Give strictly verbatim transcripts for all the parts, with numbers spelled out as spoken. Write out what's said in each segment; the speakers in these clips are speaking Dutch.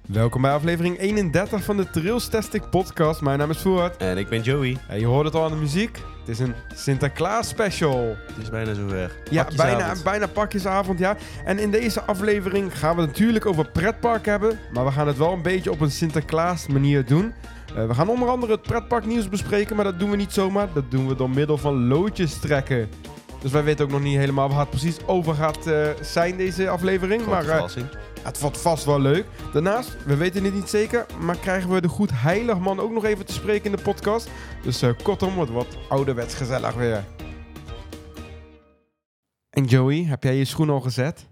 Welkom bij aflevering eenendertig van de Trailstastic podcast. Mijn naam is Voort. En ik ben Joey. En je hoort het al aan de muziek. Het is een Sinterklaas special. Het is bijna zover. Ja, bijna, bijna pakjesavond, ja. En in deze aflevering gaan we het natuurlijk over pretpark hebben. Maar we gaan het wel een beetje op een Sinterklaas manier doen. Uh, we gaan onder andere het pretparknieuws bespreken, maar dat doen we niet zomaar. Dat doen we door middel van loodjes trekken. Dus wij weten ook nog niet helemaal waar het precies over gaat uh, zijn, deze aflevering. Grote maar uh, verrassing. het wordt vast wel leuk. Daarnaast, we weten het niet zeker, maar krijgen we de goed heiligman ook nog even te spreken in de podcast. Dus uh, kortom, het wordt ouderwets gezellig weer. En Joey, heb jij je schoen al gezet?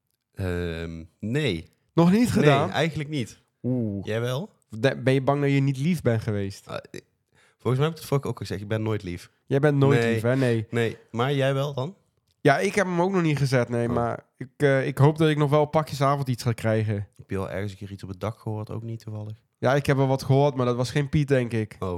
Um, nee. Nog niet gedaan? Nee, eigenlijk niet. Oeh. Jij wel? Ben je bang dat je niet lief bent geweest? Uh, volgens mij heb ik het vorige ook gezegd. Ik ben nooit lief. Jij bent nooit nee. lief, hè? Nee. Nee, maar jij wel dan? Ja, ik heb hem ook nog niet gezet, nee. Oh. Maar ik, uh, ik hoop dat ik nog wel pakjesavond iets ga krijgen. Heb je al ergens een keer iets op het dak gehoord? Ook niet toevallig? Ja, ik heb wel wat gehoord, maar dat was geen Piet, denk ik. Oh.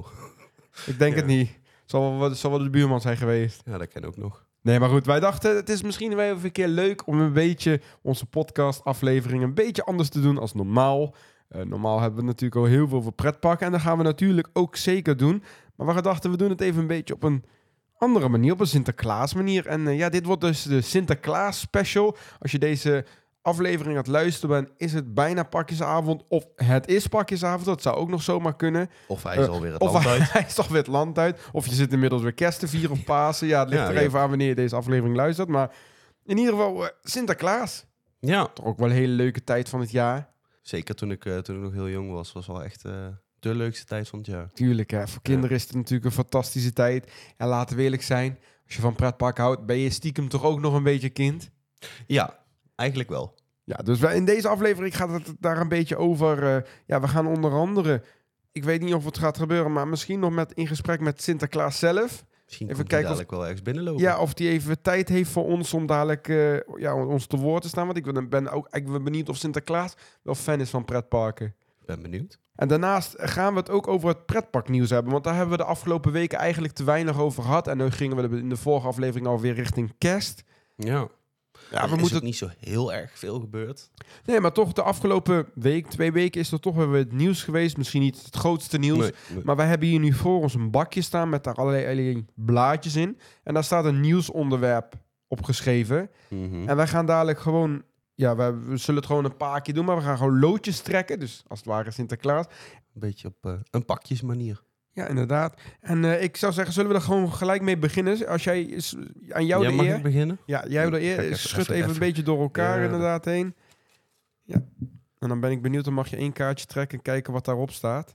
Ik denk ja. het niet. Het zal wel, zal wel de buurman zijn geweest. Ja, dat ken ik ook nog. Nee, maar goed, wij dachten, het is misschien wel even een keer leuk om een beetje onze podcast-aflevering een beetje anders te doen als normaal. Uh, normaal hebben we natuurlijk al heel veel over pretparken en dat gaan we natuurlijk ook zeker doen. Maar we dachten, we doen het even een beetje op een andere manier, op een Sinterklaas manier. En uh, ja, dit wordt dus de Sinterklaas special. Als je deze aflevering aan het luisteren bent, is het bijna pakjesavond of het is pakjesavond. Dat zou ook nog zomaar kunnen. Of hij is uh, alweer het of land hij, uit. hij is alweer het land uit. Of je zit inmiddels weer kerst te vieren of Pasen. Ja, het ligt ja, er ja. even aan wanneer je deze aflevering luistert. Maar in ieder geval uh, Sinterklaas. Ja. Toch ook wel een hele leuke tijd van het jaar. Zeker toen ik, uh, toen ik nog heel jong was, was wel echt uh, de leukste tijd van het jaar. Tuurlijk, hè. Voor kinderen ja. is het natuurlijk een fantastische tijd. En laten we eerlijk zijn, als je van pretpark houdt, ben je stiekem toch ook nog een beetje kind? Ja, eigenlijk wel. Ja, dus in deze aflevering gaat het daar een beetje over. Uh, ja, we gaan onder andere, ik weet niet of het gaat gebeuren, maar misschien nog met in gesprek met Sinterklaas zelf. Misschien even komt kijken dadelijk of, wel ergens binnenlopen. Ja, of die even tijd heeft voor ons om dadelijk uh, ja, ons te woord te staan. Want ik ben ook eigenlijk benieuwd of Sinterklaas wel fan is van pretparken. Ik ben benieuwd. En daarnaast gaan we het ook over het pretparknieuws hebben. Want daar hebben we de afgelopen weken eigenlijk te weinig over gehad. En nu gingen we in de vorige aflevering alweer richting kerst. Ja. Ja, er we is moeten ook niet zo heel erg veel gebeurd. Nee, maar toch de afgelopen week, twee weken is er toch weer het nieuws geweest. Misschien niet het grootste nieuws. Nee, nee. Maar wij hebben hier nu voor ons een bakje staan met daar allerlei, allerlei blaadjes in. En daar staat een nieuwsonderwerp op geschreven. Mm-hmm. En wij gaan dadelijk gewoon... Ja, wij, we zullen het gewoon een paar keer doen, maar we gaan gewoon loodjes trekken. Dus als het ware Sinterklaas. Een beetje op uh, een pakjesmanier. Ja, inderdaad. En uh, ik zou zeggen, zullen we er gewoon gelijk mee beginnen? Als jij, is, aan jou ja, de mag eer. ik beginnen? Ja, jij de eer. Even, Schud even, even, even een beetje door elkaar ja. inderdaad heen. Ja. En dan ben ik benieuwd, dan mag je één kaartje trekken en kijken wat daarop staat.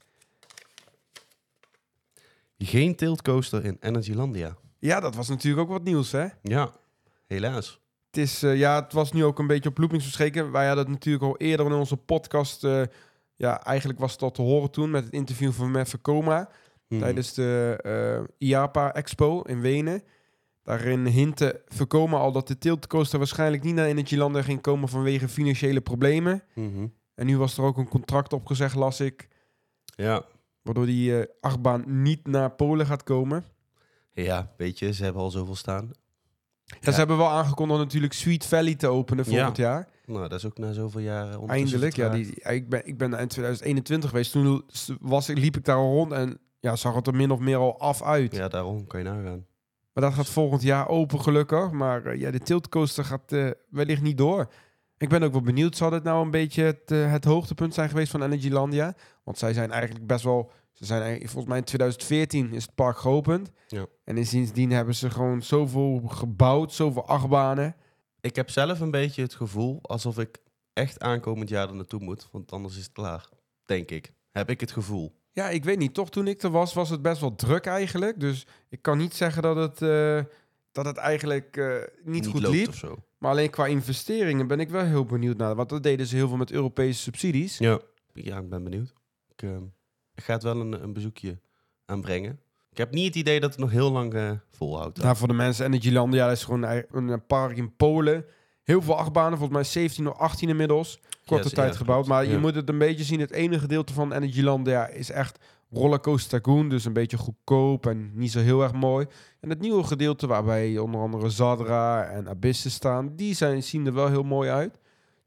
Geen tiltcoaster in Energylandia. Ja, dat was natuurlijk ook wat nieuws, hè? Ja, helaas. Het is, uh, ja, het was nu ook een beetje op loopings verscheken. Wij hadden het natuurlijk al eerder in onze podcast... Uh, ja, eigenlijk was het al te horen toen met het interview van Matt Vekoma... Hmm. tijdens de uh, I A P A Expo in Wenen. Daarin hintte Vekoma al dat de tiltcoaster waarschijnlijk niet naar Energylandia ging komen vanwege financiële problemen. Mm-hmm. En nu was er ook een contract opgezegd, las ik. Ja. Waardoor die uh, achtbaan niet naar Polen gaat komen. Ja, weet je, ze hebben al zoveel staan. Ja, ja. Ze hebben wel aangekondigd natuurlijk Sweet Valley te openen volgend ja. jaar. Nou, dat is ook na zoveel jaren eindelijk, ja. Die, ik, ben, ik ben in twintig eenentwintig geweest. Toen was, liep ik daar al rond en ja, zag het er min of meer al af uit. Ja, daarom kan je nagaan. Maar dat gaat volgend jaar open, gelukkig. Maar uh, ja, de tiltcoaster gaat uh, wellicht niet door. Ik ben ook wel benieuwd, zal dit nou een beetje het, uh, het hoogtepunt zijn geweest van Energylandia? Want zij zijn eigenlijk best wel... Ze zijn volgens mij in twintig veertien is het park geopend. Ja. En sindsdien hebben ze gewoon zoveel gebouwd, zoveel achtbanen. Ik heb zelf een beetje het gevoel alsof ik echt aankomend jaar er naartoe moet. Want anders is het klaar, denk ik. Heb ik het gevoel. Ja, ik weet niet. Toch toen ik er was, was het best wel druk eigenlijk. Dus ik kan niet zeggen dat het, uh, dat het eigenlijk uh, niet, niet goed liep. Of zo. Maar alleen qua investeringen ben ik wel heel benieuwd naar. Want dat deden ze heel veel met Europese subsidies. Ja, ja ik ben benieuwd. Ik, uh, ik ga het wel een, een bezoekje aanbrengen. Ik heb niet het idee dat het nog heel lang uh, volhoudt. Nou, voor de mensen, Energylandia is gewoon een, een park in Polen. Heel veel achtbanen, volgens mij zeventien of achttien inmiddels. Korte yes, tijd ja, gebouwd. Maar ja. je moet het een beetje zien. Het ene gedeelte van Energylandia is echt Rollercoaster Tycoon. Dus een beetje goedkoop en niet zo heel erg mooi. En het nieuwe gedeelte waarbij onder andere Zadra en Abysse staan, die zijn, zien er wel heel mooi uit. Ze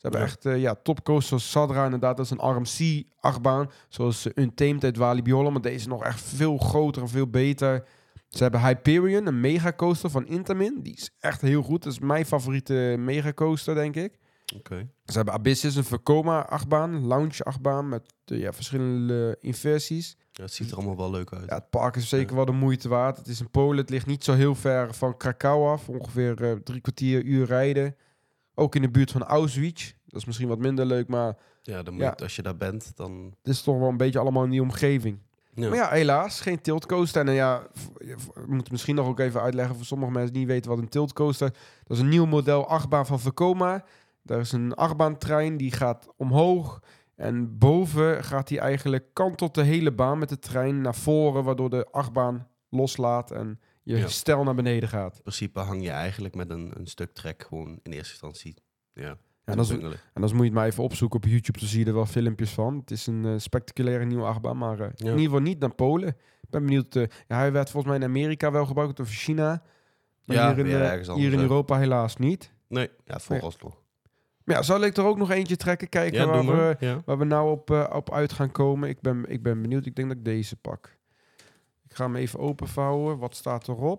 hebben Ja. echt uh, ja, topcoasters zoals Sadra inderdaad. Dat is een R M C-achtbaan. Zoals uh, Untamed uit Walibi Holland. Maar deze is nog echt veel groter en veel beter. Ze hebben Hyperion, een megacoaster van Intamin. Die is echt heel goed. Dat is mijn favoriete megacoaster, denk ik. Oké. Ze hebben Abyssus, een Vekoma-achtbaan. Lounge-achtbaan met uh, ja, verschillende inversies. Ja, het ziet er allemaal wel leuk uit. Ja, het park is zeker Ja. wel de moeite waard. Het is in Polen. Het ligt niet zo heel ver van Krakau af. Ongeveer uh, drie kwartier uur rijden. Ook in de buurt van Auschwitz. Dat is misschien wat minder leuk, maar Ja, dan moet Ja. Je, als je daar bent, dan... het is toch wel een beetje allemaal in die omgeving. Ja. Maar ja, helaas, geen tiltcoaster. En uh, ja, v- v- we moeten misschien nog ook even uitleggen voor sommige mensen die niet weten wat een tiltcoaster is. Dat is een nieuw model achtbaan van Vekoma. Daar is een achtbaantrein die gaat omhoog. En boven gaat hij eigenlijk kantelt de hele baan met de trein naar voren, waardoor de achtbaan loslaat en je Ja. stel naar beneden gaat. In principe hang je eigenlijk met een, een stuk trek gewoon in eerste instantie. Ja, En dat, is, bungelen. en dat moet je het maar even opzoeken op YouTube, dan zie je er wel filmpjes van. Het is een uh, spectaculaire nieuwe achtbaan, maar uh, Ja. in ieder geval niet naar Polen. Ik ben benieuwd. Uh, ja, hij werd volgens mij in Amerika wel gebruikt, of China. Maar Ja, hier in, weer uh, ergens anders, hier in hè. Europa helaas niet. Nee, ja, vooralsnog. Maar ja, zal ik er ook nog eentje trekken, kijken Ja, waar, doe maar. we, Ja. waar we nou op, uh, op uit gaan komen. Ik ben, ik ben benieuwd. Ik denk dat ik deze pak. Ik ga hem even openvouwen. Wat staat erop?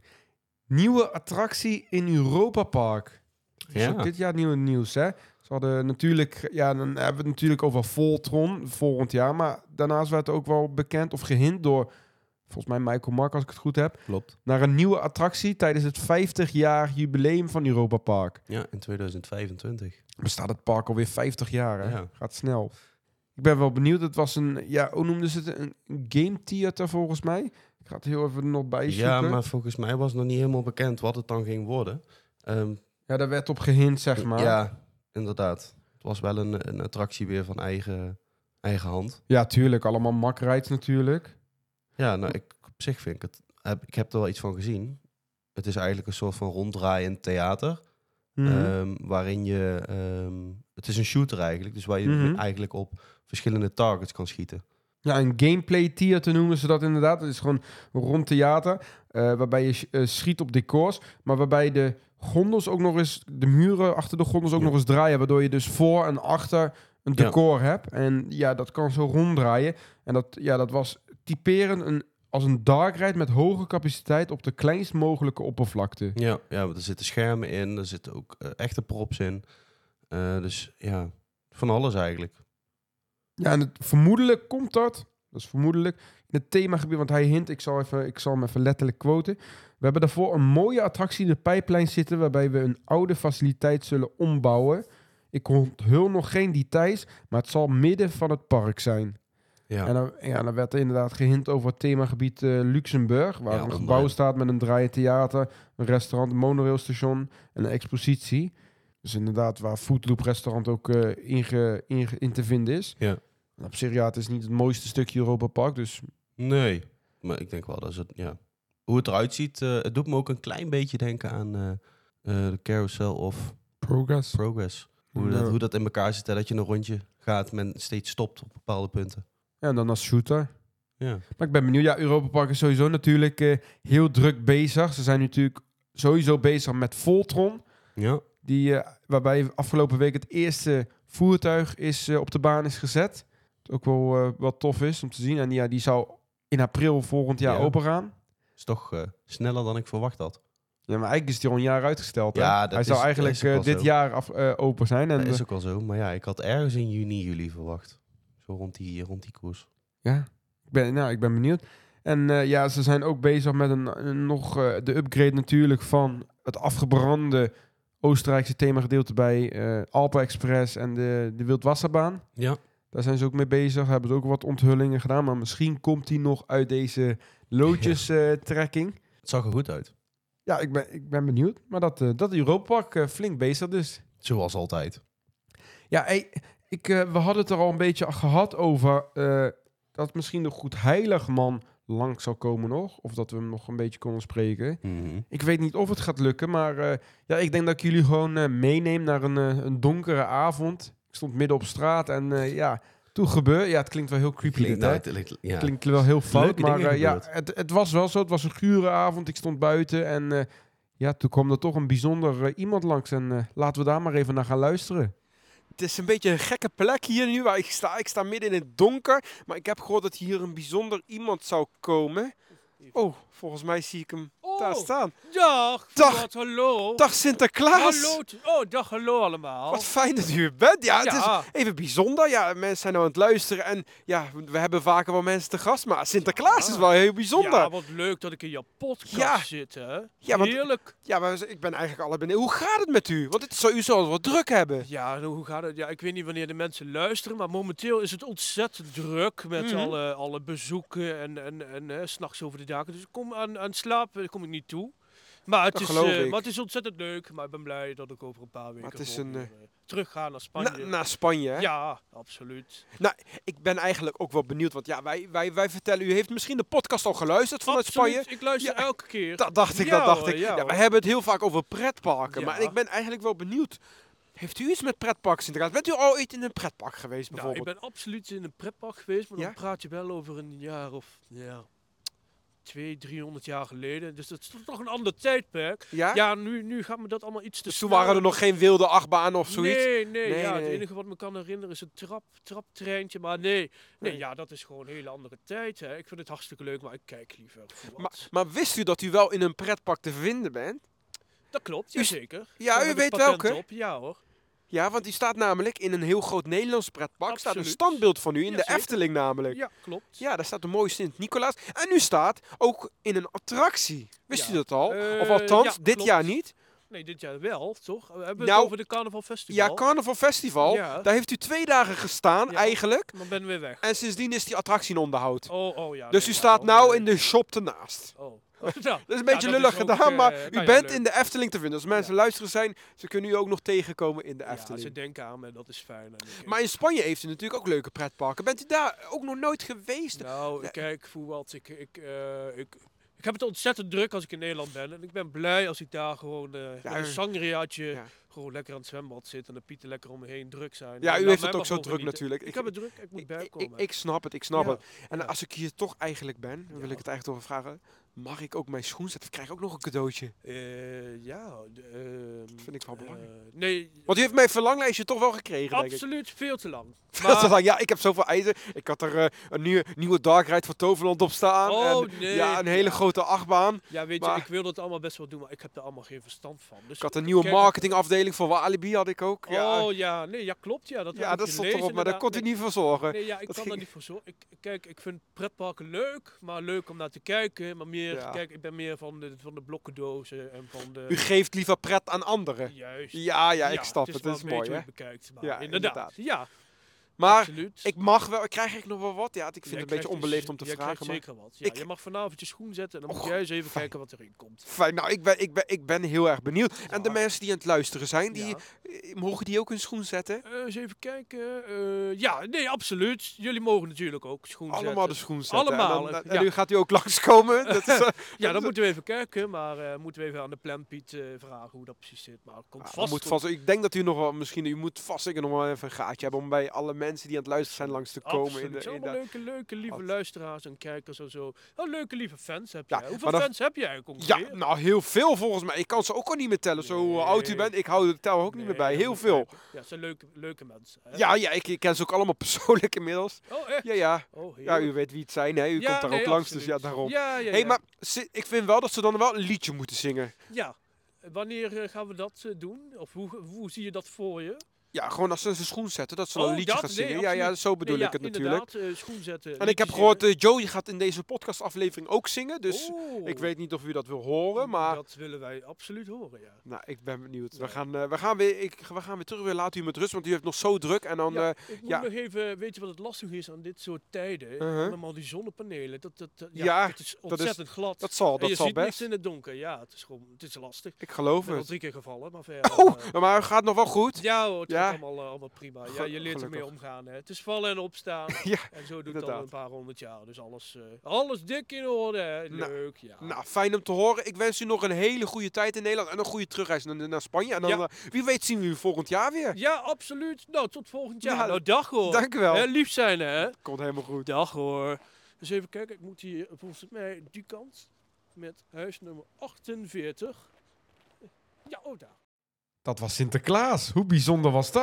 Nieuwe attractie in Europa Park. Dus Ja. ook dit jaar nieuwe nieuws, hè? Ze hadden natuurlijk... Ja, dan hebben we het natuurlijk over Voltron volgend jaar. Maar daarnaast werd ook wel bekend of gehint door... Volgens mij Michael Mark, als ik het goed heb. Klopt. Naar een nieuwe attractie tijdens het vijftig jaar jubileum van Europa Park. Ja, in tweeduizend vijfentwintig. Bestaat het park alweer vijftig jaar, hè? Ja. Gaat snel. Ik ben wel benieuwd. Het was een... Ja, hoe noemden ze het? Een een game theater volgens mij. Ik ga het heel even er nog bij zoeken. Ja, maar volgens mij was nog niet helemaal bekend wat het dan ging worden. Ehm, Ja, daar werd op gehint, zeg maar. Ja, inderdaad. Het was wel een, een attractie weer van eigen, eigen hand. Ja, tuurlijk. Allemaal makrides natuurlijk. Ja, nou, ik, op zich vind ik het... Heb, ik heb er wel iets van gezien. Het is eigenlijk een soort van ronddraaiend theater. Mhm. Ehm, waarin je... ehm, het is een shooter eigenlijk. Dus waar je Mhm. eigenlijk op verschillende targets kan schieten. Ja, een gameplay theater noemen ze dat inderdaad. Het is gewoon een rond theater, uh, waarbij je uh, schiet op decors, maar waarbij de gondels ook nog eens, de muren achter de gondels ook Ja. nog eens draaien, waardoor je dus voor en achter een Ja. decor hebt. En ja, dat kan zo ronddraaien. En dat, ja, dat was typerend een, als een dark ride met hoge capaciteit op de kleinst mogelijke oppervlakte. Ja, ja, want er zitten schermen in. Er zitten ook uh, echte props in. Uh, dus ja, van alles eigenlijk. Ja, en het, vermoedelijk komt dat, dat is vermoedelijk, in het themagebied, want hij hint, ik zal, even, ik zal hem even letterlijk quoten. We hebben daarvoor een mooie attractie in de pijplijn zitten, waarbij we een oude faciliteit zullen ombouwen. Ik onthul nog geen details, maar het zal midden van het park zijn. Ja, En dan, ja, dan werd er inderdaad gehint over het themagebied uh, Luxemburg, waar Ja, een onderin. gebouw staat met een draaiend theater, een restaurant, een monorailstation en een expositie. Dus inderdaad, waar Foodloop restaurant ook uh, in, ge, in, ge- in te vinden is. ja. En op zich, ja, het is niet het mooiste stukje Europa Park, dus Nee, maar ik denk wel dat het, ja. Hoe het eruit ziet, uh, het doet me ook een klein beetje denken aan uh, uh, de Carousel of progress. Progress. Hoe, Ja. dat, hoe dat in elkaar zit, hè, dat je een rondje gaat, men steeds stopt op bepaalde punten. Ja, en dan als shooter. Ja, Maar ik ben benieuwd. Ja, Europa Park is sowieso natuurlijk uh, heel druk bezig. Ze zijn natuurlijk sowieso bezig met Voltron. ja. Die, uh, waarbij afgelopen week het eerste voertuig is, uh, op de baan is gezet. Wat ook wel uh, wat tof is om te zien. En ja, die zou in april volgend jaar Ja. open gaan. Is toch uh, sneller dan ik verwacht had. Ja, maar eigenlijk is die al een jaar uitgesteld. Hè? Ja, dat Hij zou is- eigenlijk dat is ook uh, wel dit zo. jaar af, uh, open zijn. En, Dat is uh, ook wel zo, maar ja, ik had ergens in juni, juli verwacht. Zo rond die, rond die koers. Ja, ik ben, nou, ik ben benieuwd. En uh, ja, ze zijn ook bezig met een, een nog uh, de upgrade natuurlijk van het afgebrande Oostenrijkse themagedeelte bij uh, Alpe Express en de, de Wildwasserbaan. Ja. Daar zijn ze ook mee bezig. Hebben ze ook wat onthullingen gedaan. Maar misschien komt die nog uit deze loodjes-trekking. Het zag er goed uit. Ja, ik ben, ik ben benieuwd. Maar dat, uh, dat Europa Park uh, flink bezig dus. Zoals altijd. Ja, hey, ik, uh, we hadden het er al een beetje gehad over uh, dat misschien de Goed Heiligman lang zal komen nog. Of dat we hem nog een beetje konden spreken. Mhm. Ik weet niet of het gaat lukken, maar uh, ja, ik denk dat ik jullie gewoon uh, meeneem naar een, uh, een donkere avond. Ik stond midden op straat en uh, ja, toen gebeurde... Ja, het klinkt wel heel creepy dit, Nou, hè? het- het- ja. Klinkt wel heel fout, Leuke maar dingen uh, ja, gebeurd. het, het was wel zo. Het was een gure avond. Ik stond buiten en uh, ja, toen kwam er toch een bijzonder uh, iemand langs. En uh, laten we daar maar even naar gaan luisteren. Het is een beetje een gekke plek hier nu waar ik sta. Ik sta midden in het donker. Maar ik heb gehoord dat hier een bijzonder iemand zou komen. Oh, volgens mij zie ik hem Oh, daar staan. dag. Dag. Wat, hallo. Dag Sinterklaas. Hallo. t- Oh, dag, hallo allemaal. Wat fijn dat u er bent. Ja, het Ja. is even bijzonder. Ja, mensen zijn nou aan het luisteren. En ja, we hebben vaker wel mensen te gast. Maar Sinterklaas Ja. is wel heel bijzonder. Ja, Ja, wat leuk dat ik in je podcast Ja. zit, hè. Ja, want- Heerlijk. maar ik ben eigenlijk alle benieuwd. Hoe gaat het met u? Want het zou u zal wat druk hebben. Ja, nou, hoe gaat het? Ja, ik weet niet wanneer de mensen luisteren, maar momenteel is het ontzettend druk met Mhm. alle, alle bezoeken en, en, en eh, 's nachts over de daken. Dus ik kom aan, aan slapen kom ik niet toe. Maar het, Dat is, geloof eh, ik. maar het is ontzettend leuk. Maar ik ben blij dat ik over een paar weken het is gewoon een, weer, eh, terug ga naar Na, Spanje. naar Spanje, hè? Ja, absoluut. Ik ben eigenlijk ook wel benieuwd. Want ja, wij, wij, wij vertellen, u heeft misschien de podcast al geluisterd vanuit Absoluut. Spanje. Ik luister Ja. elke keer. Dat dacht ik, Ja dat dacht hoor, ik. ja Ja, we hoor. hebben het heel vaak over pretparken. Ja. Maar ik ben eigenlijk wel benieuwd. Heeft u iets met pretparken Sinterklaas? Bent u al ooit in een pretpark geweest Nou, ik bijvoorbeeld? ben absoluut in een pretpark geweest, maar Ja? dan praat je wel over een jaar of ja, twee, driehonderd jaar geleden. Dus dat is toch een ander tijdperk. Ja? Ja, nu, nu gaat me dat allemaal iets te Dus toen snel. waren er nog geen wilde achtbanen of zoiets? Nee, nee, Nee, ja, nee. het enige wat me kan herinneren is een trap, traptreintje. Maar nee, nee, Nee. ja, dat is gewoon een hele andere tijd. Hè. Ik vind het hartstikke leuk, maar ik kijk liever. voor Maar, wat. maar wist u dat u wel in een pretpark te vinden bent? Dat klopt, u s- jazeker. Ja, Daar u heb ik weet patent welke. op. Ja hoor. Ja, want u staat namelijk in een heel groot Nederlands pretpark. staat een Absoluut. standbeeld van u in Ja, de zeker. Efteling namelijk. Ja, klopt. Ja, daar staat een mooie Sint-Nicolaas. En u staat ook in een attractie. Wist Ja. u dat al? of Eh, althans, ja, dit klopt. jaar niet. Nee, dit jaar wel, toch? We hebben Nou, het over de Carnaval Festival. Ja, Carnaval Festival. Ja. Daar heeft u twee dagen gestaan Ja. eigenlijk. Maar ben weer weg. En sindsdien is die attractie in onderhoud. Oh, oh ja. dus nee, u ja, staat dan, nou eh, in de shop ernaast. Oh. Dat Nou, is een ja, beetje dat lullig is ook, gedaan, eh, maar u nou ja, bent leuk. in de Efteling te vinden. Als mensen luisteren zijn, ze kunnen u ook nog tegenkomen in de Ja, Efteling. ze denken aan me, dat is fijn. En ik- Maar in Spanje heeft u natuurlijk ook leuke pretparken. Bent u daar ook nog nooit geweest? Nou, Ja. kijk, voor wat ik, ik, eh, ik, ik heb het ontzettend druk als ik in Nederland ben. En ik ben blij als ik daar gewoon eh met Ja, een u- sangriaatje Ja. gewoon lekker aan het zwembad zit. En de pieten lekker om me heen druk zijn. Ja, En u laat heeft mij het ook maar zo gewoon druk genieten. natuurlijk. Ik, Ik- heb het druk, ik moet Ik, ik, bijkomen. ik snap het, ik snap Ja, het. En ja. als ik hier toch eigenlijk ben, dan wil Ja. ik het eigenlijk toch even vragen. Mag ik ook mijn schoen zetten? Of krijg ik ook nog een cadeautje? Eh, ja, de, ehm, Dat vind ik wel belangrijk. eh, nee, Want u heeft mijn verlanglijstje toch wel gekregen, denk ik. absoluut veel te lang. Veel te Maar- lang. Ja, ik heb zoveel eisen. Ik had er eh, een nieuwe, nieuwe Dark Ride voor Toverland op staan. Oh, en, nee, Ja, een hele ja. grote achtbaan. Ja, weet Maar- je, ik wil dat allemaal best wel doen, maar ik heb er allemaal geen verstand van. Dus Ik had een nieuwe kijk, marketingafdeling voor Walibi had ik ook. Ja, Oh ja, nee, ja klopt, ja. Dat, ja heb dat ik stond gelezen, erop, maar daar kon inderdaad. hij niet voor zorgen. Nee, ja, ik Dat kan ging- daar niet voor zorgen. Ik, kijk, ik vind pretparken leuk, maar leuk om naar te kijken. Maar meer, Ja. kijk, ik ben meer van de, van de blokkendozen en van de... U geeft liever pret aan anderen. Juist. Ja, ja, ik snap is het. wel Dat is een mooi, beetje hè? hoe je het bekijkt. Maar Ja, inderdaad. inderdaad. Ja, Maar absoluut. ik mag wel, krijg ik nog wel wat? Ja, ik vind Jij het een beetje krijgt onbeleefd dus- om te jij vragen. krijgt Maar zeker wat. Ja, ik- je mag vanavond je schoen zetten en dan moet Och, jij eens even fijn. kijken wat erin komt. fijn, nou, ik ben, ik, ben, ik ben heel erg benieuwd. En de Ja. mensen die aan het luisteren zijn, die, Ja. eh, mogen die ook hun schoen zetten? Eh, eens even kijken. Eh, ja, nee, absoluut. Jullie mogen natuurlijk ook schoen Allemaal zetten. de schoen zetten. Allemaal, En, dan, ja. en nu gaat u ook langskomen. Dat is, eh, Ja, dan moeten we even kijken, maar eh, moeten we even aan de planpiet eh vragen hoe dat precies zit. Maar het komt ah, vast. moet goed. vast, ik denk dat u nog wel, misschien, u moet vast zeker nog wel even een gaatje hebben om bij alle mensen die aan het luisteren zijn langs te komen. Absoluut. In de, Het zijn in de, allemaal leuke, leuke, lieve Wat? luisteraars en kijkers en zo. Oh, leuke, lieve fans heb Ja, jij. Hoeveel maar dan- fans heb jij ja, ongeveer? nou heel veel volgens mij. Ik kan ze ook al niet meer tellen, zo hoe oud u Nee. bent. Ik hou de tel ook niet meer bij. Heel veel. Ja, het zijn leuke, leuke mensen. Hè? Ja, ja, ik, ik ken ze ook allemaal persoonlijk inmiddels. Oh, echt? Ja, ja. Oh, Ja, heerlijk. u weet wie het zijn, hè? U Ja, komt daar nee, ook langs, dus ja, absoluut. daarom. Ja, ja, Hé, ja. maar ze- ik vind wel dat ze dan wel een liedje moeten zingen. Ja. Wanneer eh, gaan we dat eh, doen? Of hoe, hoe zie je dat voor je? Ja, gewoon als ze zijn schoen zetten, dat ze dan Oh, een liedje dat? gaan Nee, zingen. Ja, ja, absoluut. zo bedoel Nee, ik ja, het natuurlijk. Inderdaad, eh, schoen zetten. En ik heb liedjes gehoord, zingen. eh, Joey gaat in deze podcastaflevering ook zingen. Dus Oh. ik weet niet of u dat wil horen, maar Dat willen wij absoluut horen, ja. nou, ik ben benieuwd. We Nee. gaan, eh, we, gaan weer, ik, we gaan weer terug, weer laten u met rust, want u heeft nog zo druk. En dan, ja, eh, ik moet ja. nog even, weet je wat het lastig is aan dit soort tijden? Uh-huh. Allemaal die zonnepanelen, dat, dat, dat- ja, Ja, het is ontzettend glad. dat zal, en dat je zal ziet niks best. in het donker, ja, het is gewoon, het is lastig. Ik geloof Ik ben al het. drie keer gevallen, maar verder... Oh, eh, maar het gaat nog wel goed. ja hoor, het Ja. gaat allemaal, eh, allemaal prima. Ja, Ge- je leert ermee gelukkig. omgaan, hè. Het is vallen en opstaan. Ja, En zo doet het inderdaad. al een paar honderd jaar. Dus alles, eh, alles dik in orde, hè. Nou, Leuk, ja. Nou, fijn om te horen. Ik wens u nog een hele goede tijd in Nederland en een goede terugreis naar, naar Spanje. En dan, Ja. eh, wie weet zien we u volgend jaar weer. Ja, absoluut. Nou, tot volgend jaar. Ja, nou, dag hoor. Dank u wel. Hè, lief zijn, hè. Komt helemaal goed. Dag hoor. Dus even kijken, ik moet hier volgens mij die kant met huisnummer achtenveertig. Ja, oh daar. Dat was Sinterklaas. Hoe bijzonder was dat?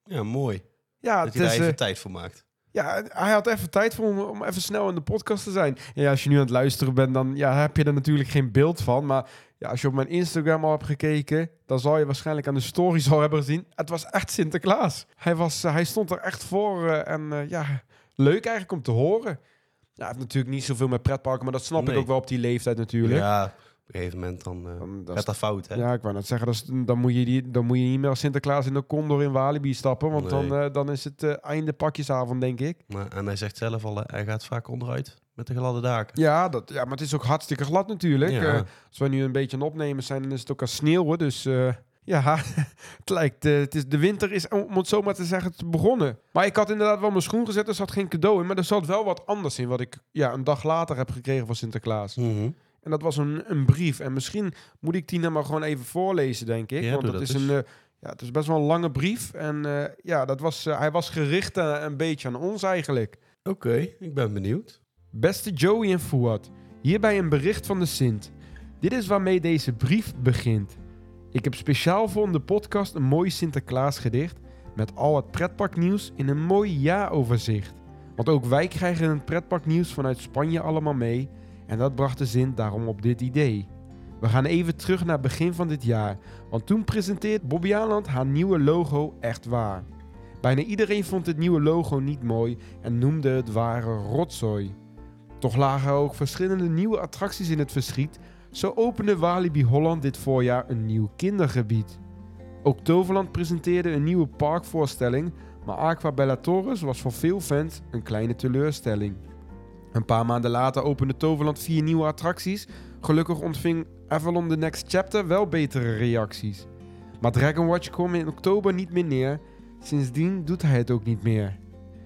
Ja, mooi. Ja, dat het hij daar is, even eh, tijd voor maakt. ja, hij had even tijd voor om, om even snel in de podcast te zijn. En ja, als je nu aan het luisteren bent, dan ja, heb je er natuurlijk geen beeld van. Maar ja, als je op mijn Instagram al hebt gekeken, dan zal je waarschijnlijk aan de stories al hebben gezien. Het was echt Sinterklaas. Hij, was, uh, hij stond er echt voor. Uh, en uh, ja, leuk eigenlijk om te horen. Ja, hij heeft natuurlijk niet zoveel met pretparken, maar dat snap Nee. ik ook wel op die leeftijd natuurlijk. Ja, op een gegeven moment dan uh, Dan- dat gaat is- dat fout, hè? Ja, ik wou net zeggen, dat is, dan, moet je die, dan moet je niet meer als Sinterklaas in de Condor in Walibi stappen. Want Nee. dan, uh, dan is het uh, einde pakjesavond, denk ik. Maar, en hij zegt zelf al, uh, hij gaat vaak onderuit met de gladde daken. Ja, dat, ja, maar het is ook hartstikke glad natuurlijk. Ja. Uh, als we nu een beetje aan het opnemen zijn, dan is het ook aan sneeuwen. Dus uh, ja, het lijkt... Uh, het is, de winter is, om het zo maar te zeggen, te begonnen. Maar ik had inderdaad wel mijn schoen gezet. Er zat geen cadeau in. Maar er zat wel wat anders in wat ik ja, een dag later heb gekregen van Sinterklaas. Mm-hmm. En dat was een, een brief. En misschien moet ik die nou maar gewoon even voorlezen, denk ik. Ja, Want doe dat dat is eens. een... Uh, ja, het is best wel een lange brief. En uh, ja, dat was, uh, hij was gericht uh, een beetje aan ons eigenlijk. Oké, okay, ik ben benieuwd. Beste Joey en Fouad, hierbij een bericht van de Sint. Dit is waarmee deze brief begint. Ik heb speciaal voor de podcast een mooi Sinterklaasgedicht met al het pretparknieuws in een mooi jaaroverzicht. Want ook wij krijgen het pretparknieuws vanuit Spanje allemaal mee en dat bracht de Sint daarom op dit idee. We gaan even terug naar het begin van dit jaar, want toen presenteert Bobbejaanland haar nieuwe logo echt waar. Bijna iedereen vond het nieuwe logo niet mooi en noemde het ware rotzooi. Toch lagen er ook verschillende nieuwe attracties in het verschiet. Zo opende Walibi Holland dit voorjaar een nieuw kindergebied. Ook Toverland presenteerde een nieuwe parkvoorstelling, maar Aqua Bellatorus was voor veel fans een kleine teleurstelling. Een paar maanden later opende Toverland vier nieuwe attracties. Gelukkig ontving Avalon The Next Chapter wel betere reacties. Maar Dragon Watch kwam in oktober niet meer neer. Sindsdien doet hij het ook niet meer.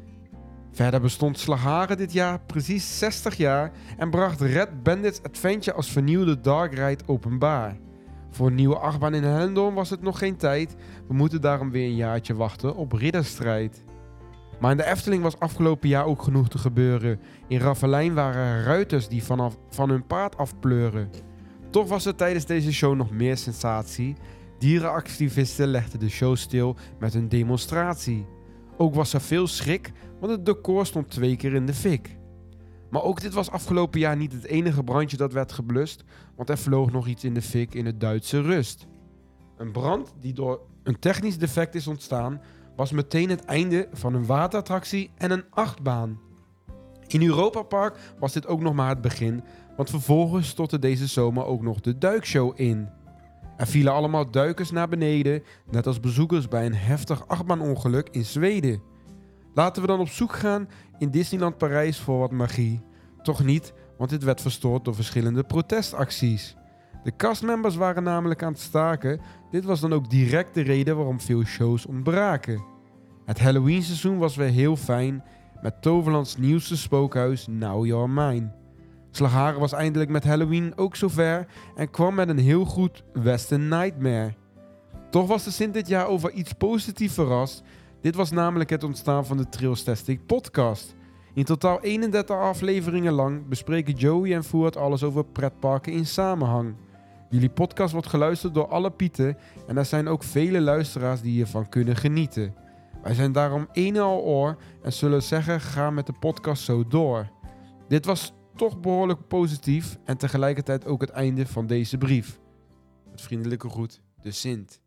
Verder bestond Slagharen dit jaar precies zestig jaar en bracht Red Bandits Adventure als vernieuwde dark ride openbaar. Voor een nieuwe achtbaan in Hellendoorn was het nog geen tijd. We moeten daarom weer een jaartje wachten op Ridderstrijd. Maar in de Efteling was afgelopen jaar ook genoeg te gebeuren. In Raffelijn waren er ruiters die vanaf van hun paard afpleuren. Toch was er tijdens deze show nog meer sensatie. Dierenactivisten legden de show stil met een demonstratie. Ook was er veel schrik, want het decor stond twee keer in de fik. Maar ook dit was afgelopen jaar niet het enige brandje dat werd geblust, want er vloog nog iets in de fik in het Duitse Rust. Een brand die door een technisch defect is ontstaan, was meteen het einde van een waterattractie en een achtbaan. In Europa Park was dit ook nog maar het begin, want vervolgens stortte deze zomer ook nog de duikshow in. Er vielen allemaal duikers naar beneden, net als bezoekers bij een heftig achtbaanongeluk in Zweden. Laten we dan op zoek gaan in Disneyland Parijs voor wat magie. Toch niet, want dit werd verstoord door verschillende protestacties. De castmembers waren namelijk aan het staken. Dit was dan ook direct de reden waarom veel shows ontbraken. Het Halloween seizoen was weer heel fijn, met Toverlands nieuwste spookhuis Now You're Mine. Slagharen was eindelijk met Halloween ook zover en kwam met een heel goed Western Nightmare. Toch was de Sint dit jaar over iets positiefs verrast. Dit was namelijk het ontstaan van de Trailstastic podcast. In totaal eenendertig afleveringen lang bespreken Joey en Fouad alles over pretparken in samenhang. Jullie podcast wordt geluisterd door alle Pieten en er zijn ook vele luisteraars die hiervan kunnen genieten. Wij zijn daarom een en al oor en zullen zeggen, ga met de podcast zo door. Dit was toch behoorlijk positief en tegelijkertijd ook het einde van deze brief. Met vriendelijke groet, de Sint.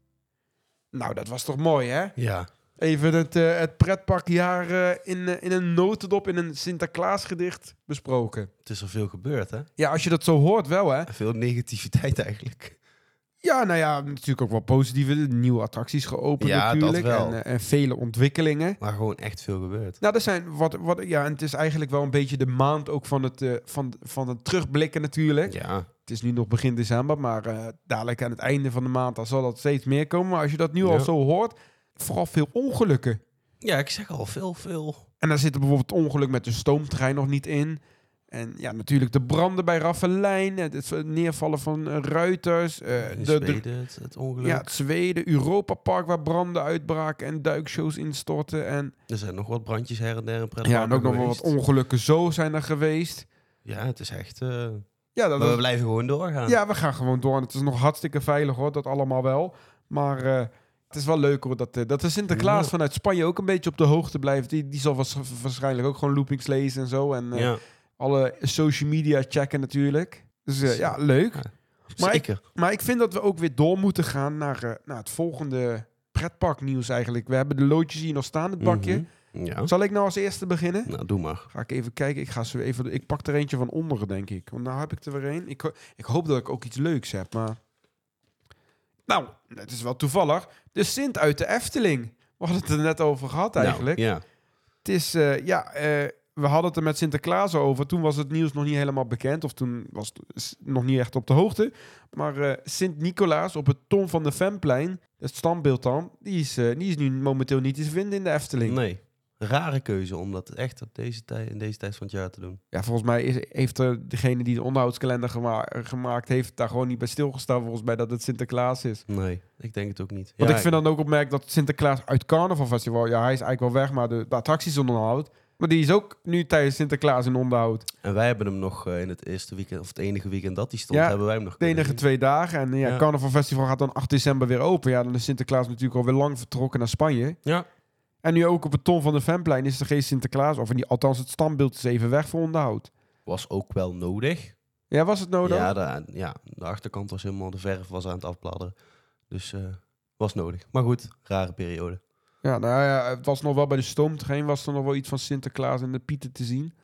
Nou, dat was toch mooi, hè? Ja. Even het, uh, het pretparkjaar uh, in, uh, in een notendop, in een Sinterklaasgedicht besproken. Het is er veel gebeurd, hè? Ja, als je dat zo hoort wel, hè? En veel negativiteit eigenlijk. Ja, nou ja, natuurlijk ook wel positieve. Nieuwe attracties geopend Ja, dat natuurlijk. wel. En, uh, en vele ontwikkelingen. Maar gewoon echt veel gebeurd. Nou, er zijn wat, wat... Ja, en het is eigenlijk wel een beetje de maand ook van het, uh, van, van het terugblikken natuurlijk. Ja. Het is nu nog begin december, maar uh, dadelijk aan het einde van de maand dan zal dat steeds meer komen. Maar als je dat nu Ja. al zo hoort, vooral veel ongelukken. Ja, ik zeg al veel, veel. En daar zit er bijvoorbeeld het ongeluk met de stoomtrein nog niet in. En ja, natuurlijk de branden bij Raffelijn, het neervallen van uh, ruiters. Uh, In de, Zweden, de, het, het ongeluk. ja, het Zweden, Europa Park waar branden uitbraken en duikshows instorten. En, Er zijn nog wat brandjes her en der in ja, pretparken en ook nog wel wat geweest. ongelukken zo zijn er geweest. Ja, het is echt... Uh... Ja, dat, Maar we dat- blijven gewoon doorgaan. ja, we gaan gewoon door. En het is nog hartstikke veilig hoor, dat allemaal wel. Maar uh, Het is wel leuk hoor, dat, uh, dat de Sinterklaas Ja. vanuit Spanje ook een beetje op de hoogte blijft. Die, die zal was, waarschijnlijk ook gewoon loopings lezen en zo. En uh, Ja, alle social media checken natuurlijk. Dus uh, ja, leuk. Ja. Maar ik, zeker. maar ik vind dat we ook weer door moeten gaan naar, uh, naar het volgende pretparknieuws eigenlijk. We hebben de loodjes hier nog staan, het bakje. Mhm. Ja, Zal ik nou als eerste beginnen? nou doe maar. Ga ik even kijken. Ik, ga zo even, ik pak er eentje van onderen, denk ik. Want nou heb ik er weer een. Ik, ho- ik hoop dat ik ook iets leuks heb, maar... Nou, het is wel toevallig. De Sint uit de Efteling. We hadden het er net over gehad eigenlijk. Nou, ja. Het is, uh, ja... Uh, we hadden het er met Sinterklaas over. Toen was het nieuws nog niet helemaal bekend. Of toen was het nog niet echt op de hoogte. Maar uh, Sint-Nicolaas op het Tom van de Vemplein, het standbeeld dan, die is, uh, die is nu momenteel niet te vinden in de Efteling. Nee, rare keuze om dat echt op deze tijd, in deze tijd van het jaar te doen. Ja, volgens mij is, heeft er degene die de onderhoudskalender gema- gemaakt heeft, daar gewoon niet bij stilgestaan volgens mij dat het Sinterklaas is. Nee, ik denk het ook niet. Want Ja, ik vind dan ook opmerkelijk dat Sinterklaas uit Carnaval Festival, ja, hij is eigenlijk wel weg, maar de, de attracties in onderhoud. Maar die is ook nu tijdens Sinterklaas in onderhoud. En wij hebben hem nog uh, in het eerste weekend, of het enige weekend dat hij stond, Ja, hebben wij hem nog De kunnen enige zien. twee dagen. En ja, Ja. Carnaval Festival gaat dan acht december weer open. Ja, dan is Sinterklaas natuurlijk alweer lang vertrokken naar Spanje. Ja, En nu ook op het Tom van de Vemplein is er geen Sinterklaas. Of in die, althans, het standbeeld is even weg voor onderhoud. was ook wel nodig. Ja, was het nodig? Ja de, ja, de achterkant was helemaal, de verf was aan het afbladderen. Dus uh, was nodig. Maar goed, rare periode. Ja, nou ja, het was nog wel bij de stoomtrein was er nog wel iets van Sinterklaas en de Pieten te zien.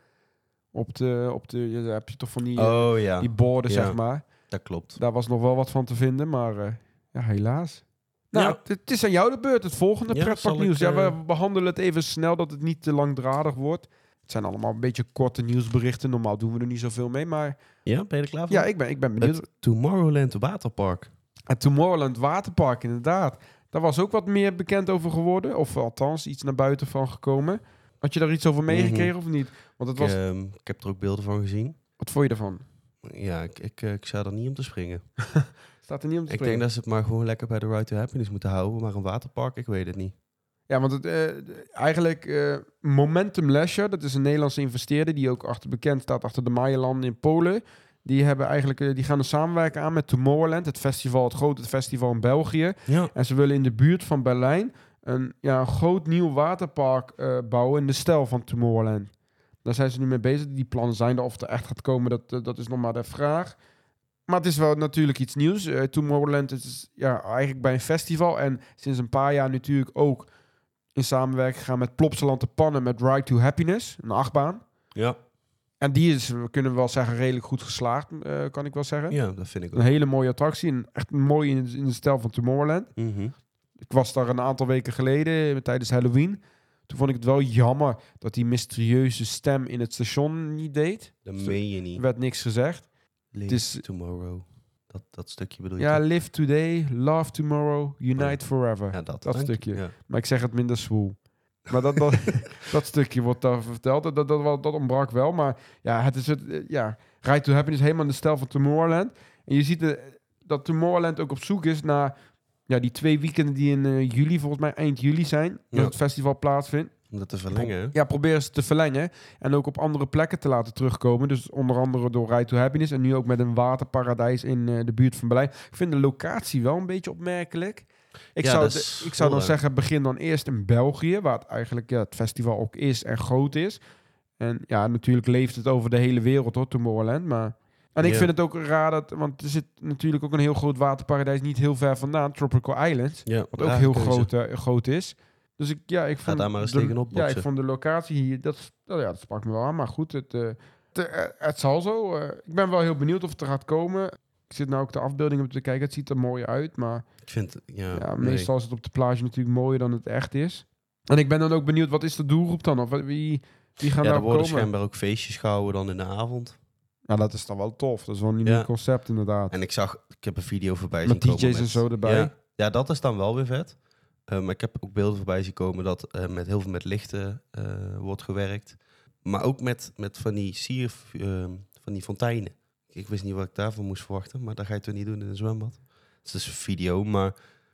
Op de, op de ja, daar heb je toch van die, eh, Oh ja, die borden, Ja. zeg maar. dat klopt. Daar was nog wel wat van te vinden, maar uh, ja, helaas. Nou, Ja. het, het is aan jou de beurt, het volgende Ja, pretparknieuws. zal ik, Ja, uh, we behandelen het even snel, dat het niet te langdradig wordt. Het zijn allemaal een beetje korte nieuwsberichten. Normaal doen we er niet zoveel mee, maar Ja, ben je er klaar voor? ja, ik ben, ik ben benieuwd. Het Tomorrowland Waterpark. Het Tomorrowland Waterpark, inderdaad. Daar was ook wat meer bekend over geworden. Of althans, iets naar buiten van gekomen. Had je daar iets over meegekregen of niet? Want het was... Ik, ehm, ik heb er ook beelden van gezien. Wat vond je ervan? Ja, ik, ik, eh, ik zou er niet om te springen. Staat er niet om te Ik springen? denk dat ze het maar gewoon lekker bij de Ride to Happiness moeten houden. Maar een waterpark, ik weet het niet. Ja, want het, eh, eigenlijk eh, Momentum Leisure, dat is een Nederlandse investeerder die ook achter bekend staat achter de Maya-landen in Polen. Die hebben eigenlijk, eh, die gaan een samenwerken aan met Tomorrowland, het festival, het grote festival in België. Ja. En ze willen in de buurt van Berlijn een, ja, een groot nieuw waterpark eh, bouwen in de stijl van Tomorrowland. Daar zijn ze nu mee bezig. Die plannen zijn er, of het er echt gaat komen, dat, eh, dat is nog maar de vraag. Maar het is wel natuurlijk iets nieuws. Uh, Tomorrowland is ja, eigenlijk bij een festival. En sinds een paar jaar natuurlijk ook in samenwerking gaan met Plopsaland de Pannen met Ride to Happiness, een achtbaan. Ja. En die is, we kunnen wel zeggen, redelijk goed geslaagd, uh, kan ik wel zeggen. ja, dat vind ik Een ook. hele mooie attractie. En echt mooi in, in de stijl van Tomorrowland. Mhm. Ik was daar een aantal weken geleden, eh, tijdens Halloween. Toen vond ik het wel jammer dat die mysterieuze stem in het station niet deed. Dat meen je Er niet. werd niks gezegd. Live het is- tomorrow. Dat, dat stukje bedoel je? Ja, toch? live today, love tomorrow, unite forever. ja dat, dat dank je. stukje. Ja. Maar ik zeg het minder zwoel. Maar dat, dat, dat stukje wordt daar verteld. Dat, dat, dat, dat ontbrak wel. Maar ja, het is het. eh, Ja, Ride to Happiness helemaal in de stijl van Tomorrowland. En je ziet de, dat Tomorrowland ook op zoek is naar ja, die twee weekenden die in uh, juli, volgens mij eind juli zijn, dat Ja. het festival plaatsvindt. Om dat te verlengen, hè? Ja, proberen ze te verlengen. En ook op andere plekken te laten terugkomen. Dus onder andere door Ride to Happiness. En nu ook met een waterparadijs in uh, de buurt van Berlijn. Ik vind de locatie wel een beetje opmerkelijk. Ik Ja, zou, dat de- is ik zou dan heel, uh, zeggen, begin dan eerst in België. Waar het eigenlijk ja, het festival ook is en groot is. En ja, natuurlijk leeft het over de hele wereld hoor, Tomorrowland. Maar... En ik Ja. vind het ook raar dat... Want er zit natuurlijk ook een heel groot waterparadijs niet heel ver vandaan. Tropical Island. Ja, Wat ook rare heel keuze. groot, eh, groot is. Dus ik, ja, ik vond daar maar eens de, tegenop ja, ik boksen. vond de locatie hier, dat, nou ja, dat sprak me wel aan. Maar goed, het, eh, het, eh, het zal zo. Eh, ik ben wel heel benieuwd of het er gaat komen. Ik zit nou ook de afbeeldingen te kijken. Het ziet er mooi uit, maar Ik vind, ja, ja, nee. meestal is het op de plage natuurlijk mooier dan het echt is. En ik ben dan ook benieuwd, wat is de doelgroep dan? Of wie, wie gaan Ja, er daar worden komen? schijnbaar ook feestjes gehouden dan in de avond. Ja, dat is dan wel tof. Dat is wel een uniek Ja. concept inderdaad. En ik zag, ik heb een video voorbij Met zien D J's komen. en zo erbij. Ja, ja, dat is dan wel weer vet. Uh, maar ik heb ook beelden voorbij zien komen dat uh, met heel veel met lichten uh, wordt gewerkt. Maar ook met, met van die sier, uh, van die fonteinen. Ik wist niet wat ik daarvan moest verwachten, maar dat ga je toch niet doen in een zwembad. Het is dus een video, maar...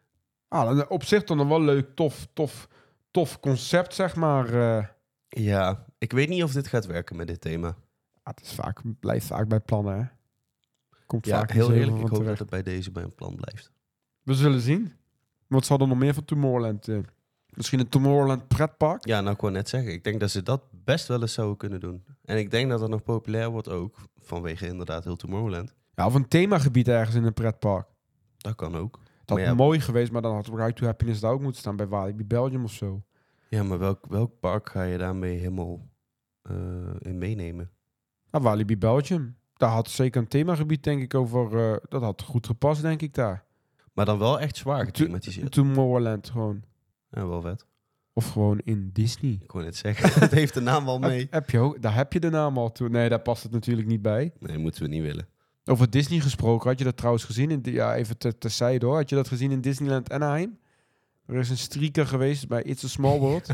Ah, op zich dan een wel leuk, tof, tof, tof concept, zeg maar. Uh, Ja, ik weet niet of dit gaat werken met dit thema. ah, het is vaak, blijft vaak bij plannen, hè? Komt Ja, vaak heel niet zo eerlijk, ik van hoop terecht. dat het bij deze bij een plan blijft. We zullen zien. Wat zal er nog meer van Tomorrowland? Uh, misschien een Tomorrowland pretpark? Ja, nou ik wou net zeggen. Ik denk dat ze dat best wel eens zouden kunnen doen. En ik denk dat dat nog populair wordt ook. Vanwege inderdaad heel Tomorrowland. Ja, of een themagebied ergens in een pretpark. Dat kan ook. Dat had ja, mooi geweest, maar dan had Ride to Happiness daar ook moeten staan bij Walibi Belgium of zo. Ja, maar welk, welk park ga je daarmee helemaal uh, in meenemen? Nou, Walibi Belgium. Daar had zeker een themagebied, denk ik, over... Uh, dat had goed gepast, denk ik, daar. Maar dan wel echt zwaar gethematiseerd. Tomorrowland gewoon. Ja, wel vet. Of gewoon in Disney. Ik wou net zeggen, het heeft de naam al mee. Heb, heb je ook, daar heb je de naam al toe. Nee, daar past het natuurlijk niet bij. Nee, moeten we niet willen. Over Disney gesproken, had je dat trouwens gezien? In de, ja, even te, terzijde hoor. Had je dat gezien in Disneyland Anaheim? Er is een streaker geweest bij It's a Small World.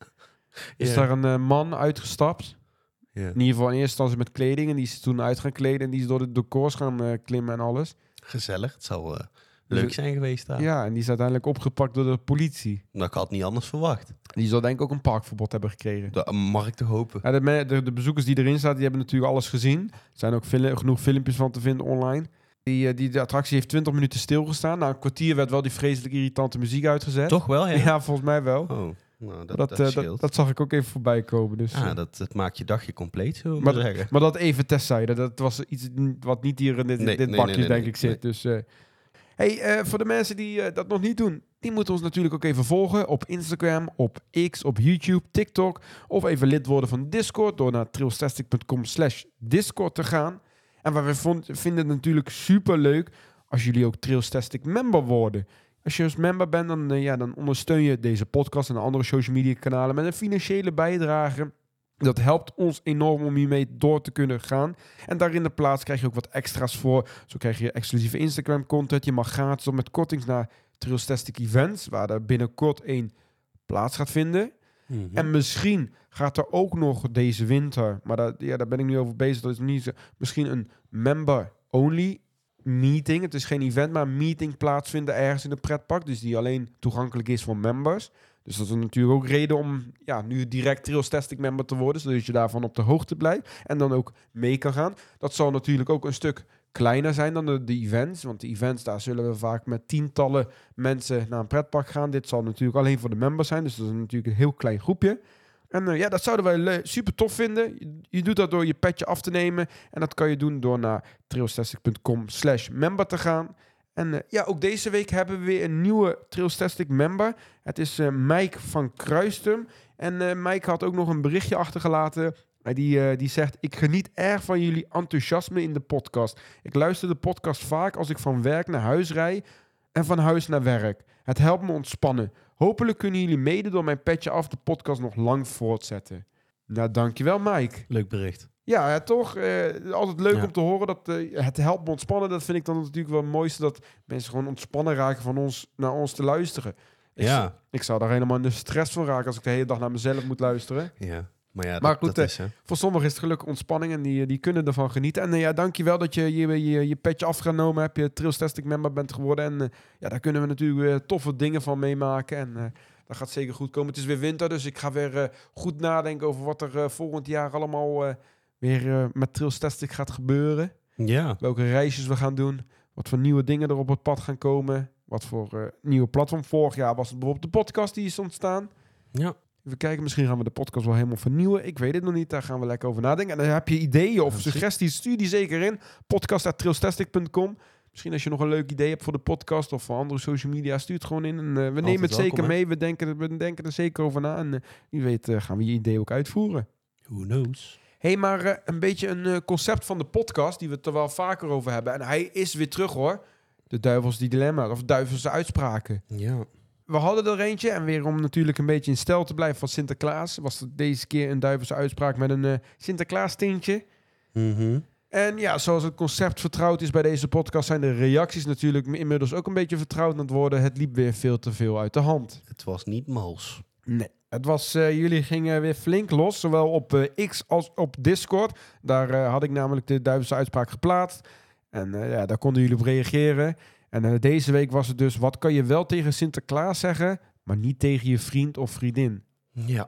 Is yeah. daar een uh, man uitgestapt. Yeah. In ieder geval in eerste instantie met kleding. En die is toen uit gaan kleden. En die is door de decors gaan uh, klimmen en alles. Gezellig. Het zal uh, leuk zijn geweest daar. Ja, en die is uiteindelijk opgepakt door de politie. Nou, ik had niet anders verwacht. Die zal denk ik ook een parkverbod hebben gekregen. Dat mag ik toch hopen. Ja, de, de, de bezoekers die erin zaten, die hebben natuurlijk alles gezien. Er zijn ook veel, genoeg filmpjes van te vinden online. Die, die, de attractie heeft twintig minuten stilgestaan. Na een kwartier werd wel die vreselijk irritante muziek uitgezet. Toch wel, ja? Ja, volgens mij wel. Oh, nou, dat, dat, dat, uh, scheelt. dat, dat zag ik ook even voorbij komen. Dus, ah, uh, dat, dat maakt je dagje compleet, zo maar, maar zeggen. Maar dat even terzijde. Dat was iets wat niet hier in dit, nee, dit nee, bakje, nee, nee, denk nee, ik, zit. nee. Dus, uh, hey, uh, voor de mensen die uh, dat nog niet doen, die moeten ons natuurlijk ook even volgen op Instagram, op X, op YouTube, TikTok. Of even lid worden van Discord door naar trailstastic.com slash Discord te gaan. En waar we vond, vinden het natuurlijk super leuk als jullie ook Trailstastic member worden. Als je als member bent, dan, uh, ja, dan ondersteun je deze podcast en de andere social media kanalen met een financiële bijdrage. Dat helpt ons enorm om hiermee door te kunnen gaan. En daar in de plaats krijg je ook wat extra's voor. Zo krijg je exclusieve Instagram content. Je mag gratis op met kortings naar Trailstastic Events, waar er binnenkort één plaats gaat vinden. Mm-hmm. En misschien gaat er ook nog deze winter, maar dat, ja, daar ben ik nu over bezig, dat is niet zo, misschien een member-only meeting. Het is geen event, maar een meeting plaatsvinden ergens in de pretpark, dus die alleen toegankelijk is voor members. Dus dat is natuurlijk ook reden om ja, nu direct Trailstastic member te worden, zodat je daarvan op de hoogte blijft en dan ook mee kan gaan. Dat zal natuurlijk ook een stuk kleiner zijn dan de, de events, want de events, daar zullen we vaak met tientallen mensen naar een pretpark gaan. Dit zal natuurlijk alleen voor de members zijn, dus dat is natuurlijk een heel klein groepje. En uh, ja, dat zouden wij le- super tof vinden. Je, je doet dat door je petje af te nemen en dat kan je doen door naar trailstastic.com slash member te gaan. En uh, ja, ook deze week hebben we weer een nieuwe Trailstastic member. Het is uh, Mike van Kruistum. En uh, Mike had ook nog een berichtje achtergelaten. Uh, die, uh, die zegt, ik geniet erg van jullie enthousiasme in de podcast. Ik luister de podcast vaak als ik van werk naar huis rijd en van huis naar werk. Het helpt me ontspannen. Hopelijk kunnen jullie mede door mijn petje af de podcast nog lang voortzetten. Nou, dankjewel Mike. Leuk bericht. Ja, ja toch. Uh, altijd leuk ja. om te horen dat uh, het helpt me ontspannen. Dat vind ik dan natuurlijk wel het mooiste, dat mensen gewoon ontspannen raken van ons naar ons te luisteren. Ik, ja. z- ik zou daar helemaal in de stress van raken als ik de hele dag naar mezelf moet luisteren. Ja, maar ja, maar dat, goed, dat is, hè. Voor sommigen is het gelukkig ontspanning en die, die kunnen ervan genieten. En uh, ja, dankjewel dat je je, je je petje afgenomen hebt, je Trailstastic member bent geworden. En uh, ja, daar kunnen we natuurlijk weer toffe dingen van meemaken. En uh, dat gaat zeker goed komen. Het is weer winter, dus ik ga weer uh, goed nadenken over wat er uh, volgend jaar allemaal uh, weer uh, met Trailstastic gaat gebeuren. Ja. Welke reisjes we gaan doen. Wat voor nieuwe dingen er op het pad gaan komen. Wat voor uh, nieuwe platform. Vorig jaar was het bijvoorbeeld de podcast die is ontstaan. Ja. Even kijken, misschien gaan we de podcast wel helemaal vernieuwen. Ik weet het nog niet, daar gaan we lekker over nadenken. En dan heb je ideeën of ja, suggesties, stuur die zeker in. podcast at trailstastic punt com. Misschien als je nog een leuk idee hebt voor de podcast of voor andere social media, stuur het gewoon in. En, uh, we Altijd nemen het welkom, zeker hè? mee, we denken, we denken er zeker over na. En uh, wie weet uh, gaan we je idee ook uitvoeren. Who knows? Hé, hey, maar uh, een beetje een uh, concept van de podcast, die we het er wel vaker over hebben. En hij is weer terug hoor. De duivelse dilemma, of duivelse uitspraken. Ja. We hadden er eentje, en weer om natuurlijk een beetje in stijl te blijven van Sinterklaas, was het deze keer een duivelse uitspraak met een uh, Sinterklaas tintje. Mm-hmm. En ja, zoals het concept vertrouwd is bij deze podcast, zijn de reacties natuurlijk inmiddels ook een beetje vertrouwd aan het worden. Het liep weer veel te veel uit de hand. Het was niet mals. Nee. Het was, uh, jullie gingen weer flink los, zowel op uh, X als op Discord. Daar uh, had ik namelijk de duivelse uitspraak geplaatst. En uh, ja, daar konden jullie op reageren. En uh, deze week was het dus, wat kan je wel tegen Sinterklaas zeggen, maar niet tegen je vriend of vriendin? Ja.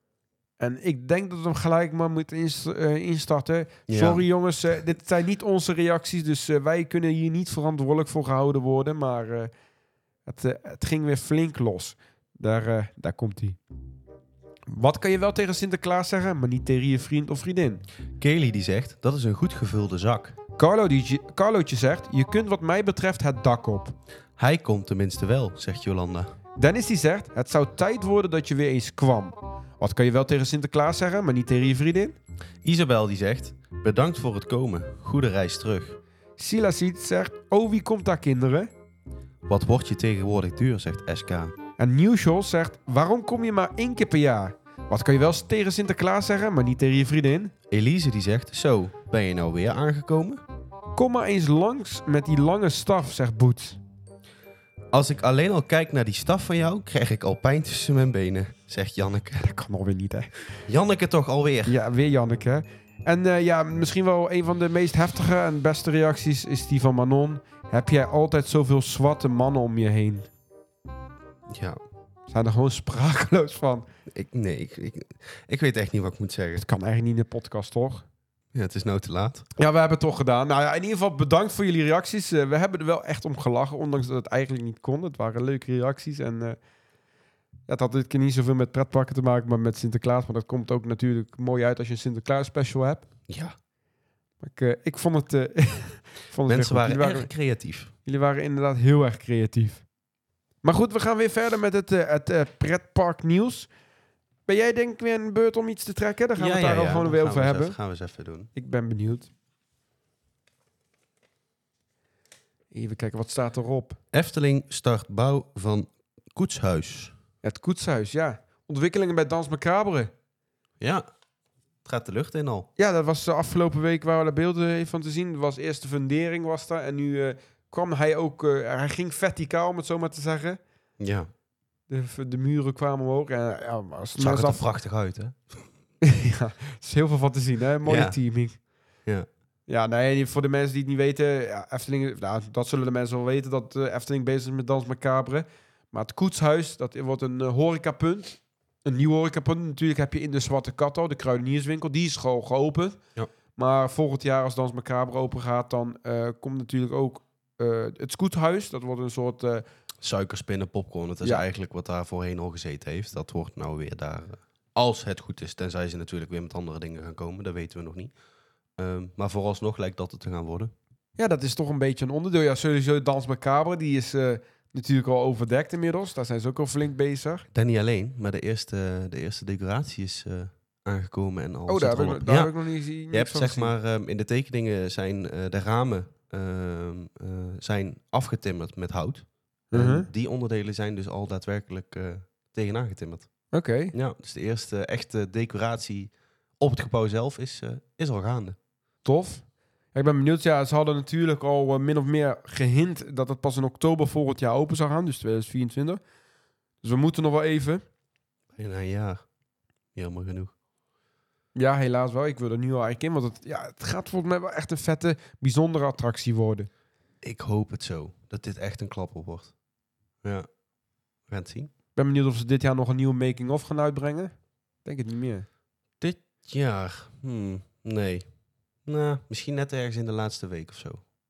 En ik denk dat we hem gelijk maar moeten inst- uh, instarten. Ja. Sorry jongens, uh, dit zijn niet onze reacties, dus uh, wij kunnen hier niet verantwoordelijk voor gehouden worden. Maar uh, Het, uh, het ging weer flink los. Daar, uh, daar komt hij. Wat kan je wel tegen Sinterklaas zeggen, maar niet tegen je vriend of vriendin? Kelly die zegt, dat is een goed gevulde zak. Carlo die, Carlootje zegt, je kunt wat mij betreft het dak op. Hij komt tenminste wel, zegt Jolanda. Dennis die zegt, het zou tijd worden dat je weer eens kwam. Wat kan je wel tegen Sinterklaas zeggen, maar niet tegen je vriendin? Isabel die zegt, bedankt voor het komen. Goede reis terug. Silasit zegt, oh wie komt daar kinderen? Wat wordt je tegenwoordig duur, zegt S K. En Nieuwsjol zegt, waarom kom je maar één keer per jaar? Wat kan je wel tegen Sinterklaas zeggen, maar niet tegen je vriendin? Elise die zegt, zo, ben je nou weer aangekomen? Kom maar eens langs met die lange staf, zegt Boets. Als ik alleen al kijk naar die staf van jou, krijg ik al pijn tussen mijn benen, zegt Janneke. Dat kan alweer niet, hè? Janneke toch alweer? Ja, weer Janneke. En uh, ja, misschien wel een van de meest heftige en beste reacties is die van Manon. Heb jij altijd zoveel zwarte mannen om je heen? Ja. Zijn er gewoon sprakeloos van. Ik, nee, ik, ik, ik weet echt niet wat ik moet zeggen. Het kan eigenlijk niet in de podcast, toch? Ja, het is nou te laat. Ja, we hebben het toch gedaan. Nou ja, in ieder geval bedankt voor jullie reacties. Uh, we hebben er wel echt om gelachen, ondanks dat het eigenlijk niet kon. Het waren leuke reacties. En uh, ja, het had dit keer niet zoveel met pretparken te maken, maar met Sinterklaas. Maar dat komt ook natuurlijk mooi uit als je een Sinterklaas special hebt. Ja. Maar ik, uh, ik vond het... Uh, vond het Mensen waren, waren erg creatief. Jullie waren inderdaad heel erg creatief. Maar goed, we gaan weer verder met het, uh, het uh, pretpark nieuws. Ben jij denk ik weer een beurt om iets te trekken? Daar gaan ja, we het daar ja, ook ja. gewoon Dan weer gaan over we hebben. Even, gaan we eens even doen. Ik ben benieuwd. Even kijken, wat staat erop? Efteling start bouw van koetshuis. Het koetshuis, ja. Ontwikkelingen bij Dans Macabre. Ja, het gaat de lucht in al. Ja, dat was de afgelopen week waar we de beelden van te zien. Er was eerst de fundering was daar. En nu uh, kwam hij ook... Uh, hij ging verticaal, om het zo maar te zeggen. Ja. De, de muren kwamen omhoog. En, ja, als Het zag er af... prachtig uit, hè? Ja, er is heel veel van te zien, hè? Mooie Ja. teaming. Ja. Ja, nee, voor de mensen die het niet weten... Ja, Efteling, nou, dat zullen de mensen wel weten, dat uh, Efteling bezig is met Dans Macabre. Maar het koetshuis, dat wordt een uh, horecapunt. Een nieuw horecapunt. Natuurlijk heb je in de Zwarte Kat al, de kruidenierswinkel. Die is gewoon geopend. Ja. Maar volgend jaar als Dans Macabre open gaat, dan uh, komt natuurlijk ook uh, het Scoothuis. Dat wordt een soort... Uh, Suikerspinnen, popcorn. Dat is Ja. eigenlijk wat daar voorheen al gezeten heeft. Dat wordt nou weer daar... Uh, als het goed is. Tenzij ze natuurlijk weer met andere dingen gaan komen. Dat weten we nog niet. Um, maar vooralsnog lijkt dat het te gaan worden. ja, dat is toch een beetje een onderdeel. Ja, sowieso Dans Macabre. Die is uh, natuurlijk al overdekt inmiddels. Daar zijn ze ook al flink bezig. Dat niet alleen. Maar de eerste, de eerste decoratie is uh, aangekomen. En al Oh, zit daar, er heb al ik, op. daar Ja. heb ik nog niet gezien. Je hebt zeg maar... Um, in de tekeningen zijn uh, de ramen um, uh, zijn afgetimmerd met hout. Uh-huh. En die onderdelen zijn dus al daadwerkelijk uh, tegenaan getimmerd. Oké. Okay. Ja, dus de eerste echte decoratie op het gebouw zelf is, uh, is al gaande. Tof. Ja, ik ben benieuwd. Ja, ze hadden natuurlijk al uh, min of meer gehint dat het pas in oktober volgend jaar open zou gaan. Dus tweeduizend vierentwintig. Dus we moeten nog wel even. Bijna een jaar. Jammer genoeg. Ja, helaas wel. Ik wil er nu al eigenlijk in. Want het, ja, het gaat volgens mij wel echt een vette, bijzondere attractie worden. Ik hoop het zo. Dat dit echt een klapper wordt. Ja. We gaan het zien. Ik ben benieuwd of ze dit jaar nog een nieuwe making-of gaan uitbrengen. Ik denk het niet meer. Dit jaar? Hmm, nee. Nou, misschien net ergens in de laatste week of zo.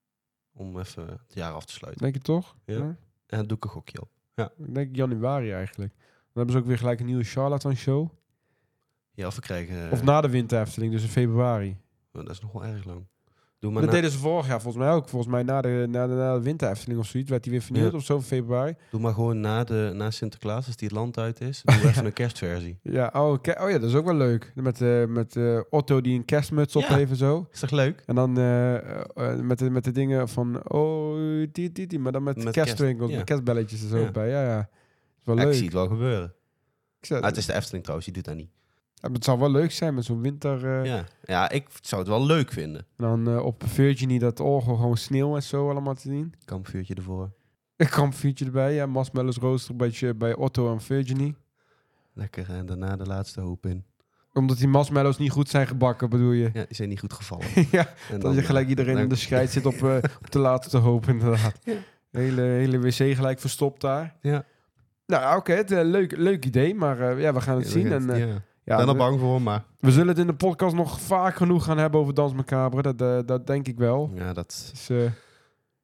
Om even het jaar af te sluiten. Denk je toch? Ja. Ja. En dan doe ik een gokje op. Ja. Ik denk januari eigenlijk. Dan hebben ze ook weer gelijk een nieuwe Charlatan show. Ja, of we krijgen... Of na de Winter Efteling, dus in februari. Oh, dat is nog wel erg lang. Doe maar Dat na, deden ze vorig jaar volgens mij ook. Volgens mij na de, na de, na de Winter Efteling of zoiets. Werd die weer vernieuwd Ja. of zo in februari. doe maar gewoon na, de, na Sinterklaas, als die het land uit is. Doe even een kerstversie. Ja, oh, ke- oh ja, dat is ook wel leuk. Met, uh, met uh, Otto die een kerstmuts op Ja. heeft en zo. Is toch leuk? En dan uh, uh, met, de, met de dingen van... Oh, die, die, die. Maar dan met, Met kerstwinkels, kerst, ja. met kerstbelletjes er zo Ja. bij. Ja, ja. Is wel Ja, leuk. ik zie het wel gebeuren. Ik zeg, Ah, het is de Efteling trouwens, die doet dat niet. ja, maar het zou wel leuk zijn met zo'n winter... Uh, Ja. ja, ik zou het wel leuk vinden. En dan uh, op Virginie dat orgel gewoon sneeuw en zo allemaal te zien. Kampvuurtje ervoor. Een kampvuurtje erbij, ja. Marshmallows rooster bij, bij Otto en Virginie. Lekker en daarna de laatste hoop in. Omdat die marshmallows niet goed zijn gebakken, bedoel je? Ja, die zijn niet goed gevallen. Ja, En dat je gelijk iedereen dan- in de scheid zit op, uh, op de laatste hoop, inderdaad. Hele, hele wc gelijk verstopt daar. Ja. Nou, oké, okay, het uh, leuk, leuk idee, maar uh, ja, we gaan het Ja, zien. we En, gaan uh, het- ja. ja, Ik ben er we, bang voor, maar... we zullen het in de podcast nog vaak genoeg gaan hebben over Dans Macabre. Dat, uh, dat denk ik wel. Ja, dat... Dus, uh,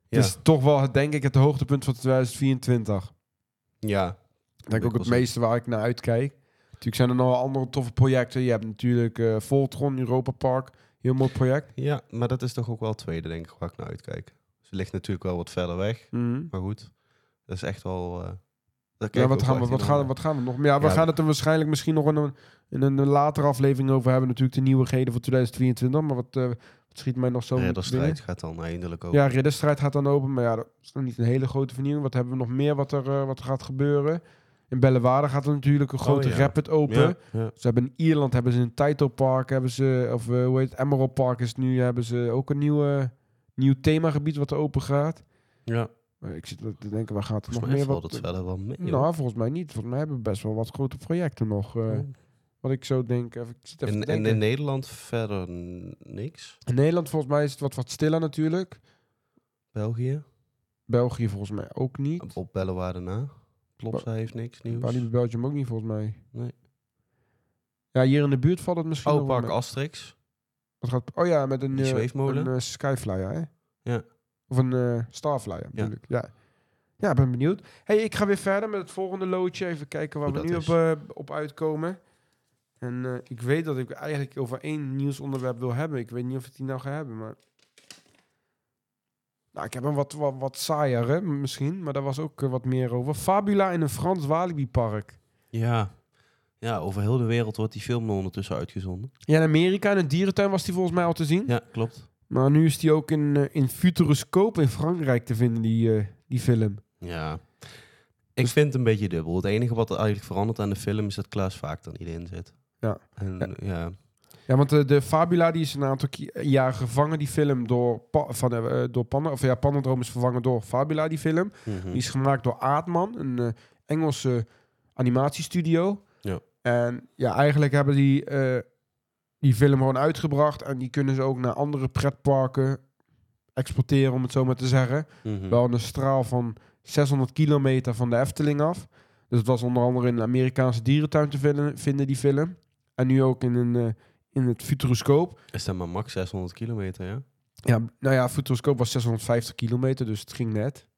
Ja. Het is toch wel, denk ik, het hoogtepunt van twintig vierentwintig. Ja. Ik denk Ik ook het was ook- meeste waar ik naar uitkijk. Natuurlijk zijn er nog wel andere toffe projecten. Je hebt natuurlijk uh, Voltron, Europa Park. Heel mooi project. Ja, maar dat is toch ook wel het tweede, denk ik, waar ik naar uitkijk. Ze ligt natuurlijk wel wat verder weg. Mm. Maar goed, dat is echt wel... Uh, daar kijk Ja, ik wat ook gaan, wel we, echt wat, in gaan, aan. wat gaan we nog? Ja, we Ja, gaan het er waarschijnlijk misschien nog in een, in een latere aflevering over hebben. Natuurlijk de nieuwigheden voor twintig vierentwintig. Maar wat, uh, wat schiet mij nog zo... Ja, met de dingen? strijd gaat dan eindelijk over. Ja, Ridderstrijd gaat dan open. Maar ja, dat is nog niet een hele grote vernieuwing. Wat hebben we nog meer wat er, uh, wat er gaat gebeuren? In Bellewaarde gaat er natuurlijk een grote Oh, ja. rapid open. Ja, ja. Ze hebben in Ierland hebben ze een Taito Park, hebben ze, of uh, hoe heet het, Emerald Park is het nu, hebben ze ook een nieuwe, nieuw themagebied wat er open gaat. ja. Maar ik zit te denken, waar gaat er Volgens nog mij meer valt wat... het verder wel mee. Nou, volgens mij niet. Volgens mij hebben we best wel wat grote projecten nog. Uh, hoor. Wat ik zo denk. Even, ik zit even En, te en denken. in Nederland verder n- niks. In Nederland volgens mij is het wat, wat stiller natuurlijk. België, België volgens mij ook niet. op, op Bellewaarde na. Plopsa heeft niks nieuws. Walibi Belgium ook niet volgens mij. Nee. Ja, hier in de buurt valt het misschien Oh, nog wel Park mee. Asterix. Wat gaat, oh ja, met een, Die eh, zweefmolen. een uh, Skyflyer, hè? Ja. Of een uh, Starflyer, natuurlijk. Ja. Ja, ik ben benieuwd. Hey, ik ga weer verder met het volgende loodje. Even kijken waar Hoe we nu dat op, is. uh, op uitkomen. En uh, ik weet dat ik eigenlijk over één nieuwsonderwerp wil hebben. Ik weet niet of ik die nou ga hebben, maar... Nou, ik heb een wat, wat, wat saaier, hè, misschien. Maar daar was ook uh, wat meer over. Fabula in een Frans Walibi-park. Ja. Ja, over heel de wereld wordt die film ondertussen uitgezonden. Ja, in Amerika, in een dierentuin was die volgens mij al te zien. Ja, klopt. Maar nu is die ook in, uh, in Futuroscope in Frankrijk te vinden, die, uh, die film. Ja. Ik vind het een beetje dubbel. Het enige wat er eigenlijk verandert aan de film is dat Klaas vaak er niet in zit. Ja. En Ja. ja. Ja, want de, de Fabula die is een aantal ki- jaar gevangen, die film, door, pa, van, uh, door Pan, of ja, Panodrome is vervangen door Fabula, die film. Mhm. Die is gemaakt door Aardman, een uh, Engelse animatiestudio. Ja. En ja, eigenlijk hebben die uh, die film gewoon uitgebracht en die kunnen ze ook naar andere pretparken exporteren, om het zo maar te zeggen. Mhm. Wel een straal van zeshonderd kilometer van de Efteling af. Dus het was onder andere in de Amerikaanse dierentuin te vinden, vinden die film. En nu ook in, een, uh, in het Futuroscope. Is dat maar max zeshonderd kilometer, ja? Ja, nou ja, Futuroscope was zeshonderdvijftig kilometer, dus het ging net.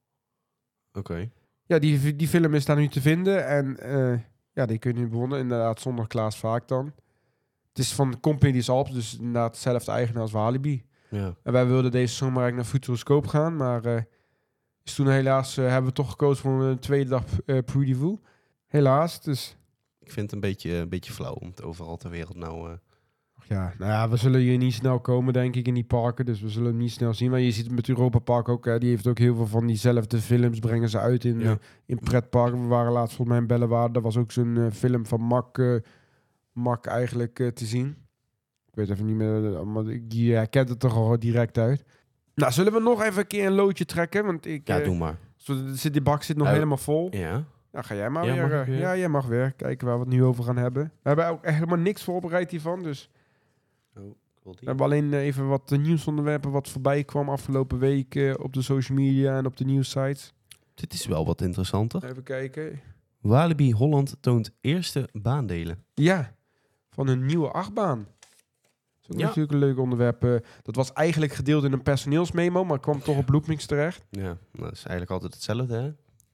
Oké. Okay. Ja, die, die film is daar nu te vinden. En uh, ja, die kun je nu bewonderen. Inderdaad, zonder Klaas Vaak dan. Het is van Compagnie des Alpes, dus inderdaad hetzelfde eigenaar als Walibi. Ja. En wij wilden deze zomer eigenlijk naar Futuroscope gaan, maar uh, is toen helaas uh, hebben we toch gekozen voor een tweede dag uh, preview. Helaas, dus... Ik vind het een beetje, een beetje flauw om het overal ter wereld nou... Uh... Ja, nou ja, we zullen hier niet snel komen, denk ik, in die parken. Dus we zullen hem niet snel zien. Maar je ziet het met Europa Park ook. Hè, die heeft ook heel veel van diezelfde films, brengen ze uit in, Ja. uh, in pretparken. We waren laatst volgens mij in Bellewaarde. Dat was ook zo'n uh, film van Mak, uh, Mak eigenlijk uh, te zien. Ik weet even niet meer, maar je herkent het er al direct uit. Nou, zullen we nog even een keer een loodje trekken? Want ik... Ja, uh, doe maar. zo, zit, die bak zit nog Uh, helemaal vol. Ja. Nou, ga jij maar Ja, weer. mag uh, ik weer? Ja, jij mag weer. Kijken waar we het nu over gaan hebben. We hebben ook echt helemaal niks voorbereid hiervan, dus... Oh, We hebben alleen uh, even wat uh, nieuwsonderwerpen wat voorbij kwam afgelopen week uh, op de social media en op de nieuwssites. Dit is wel wat interessanter. Even kijken. Walibi Holland toont eerste baandelen. Ja, van een nieuwe achtbaan. Dat is ook Ja. natuurlijk een leuk onderwerp. Uh, dat was eigenlijk gedeeld in een personeelsmemo, maar kwam toch op Loopings terecht. Ja, nou, dat is eigenlijk altijd hetzelfde, hè?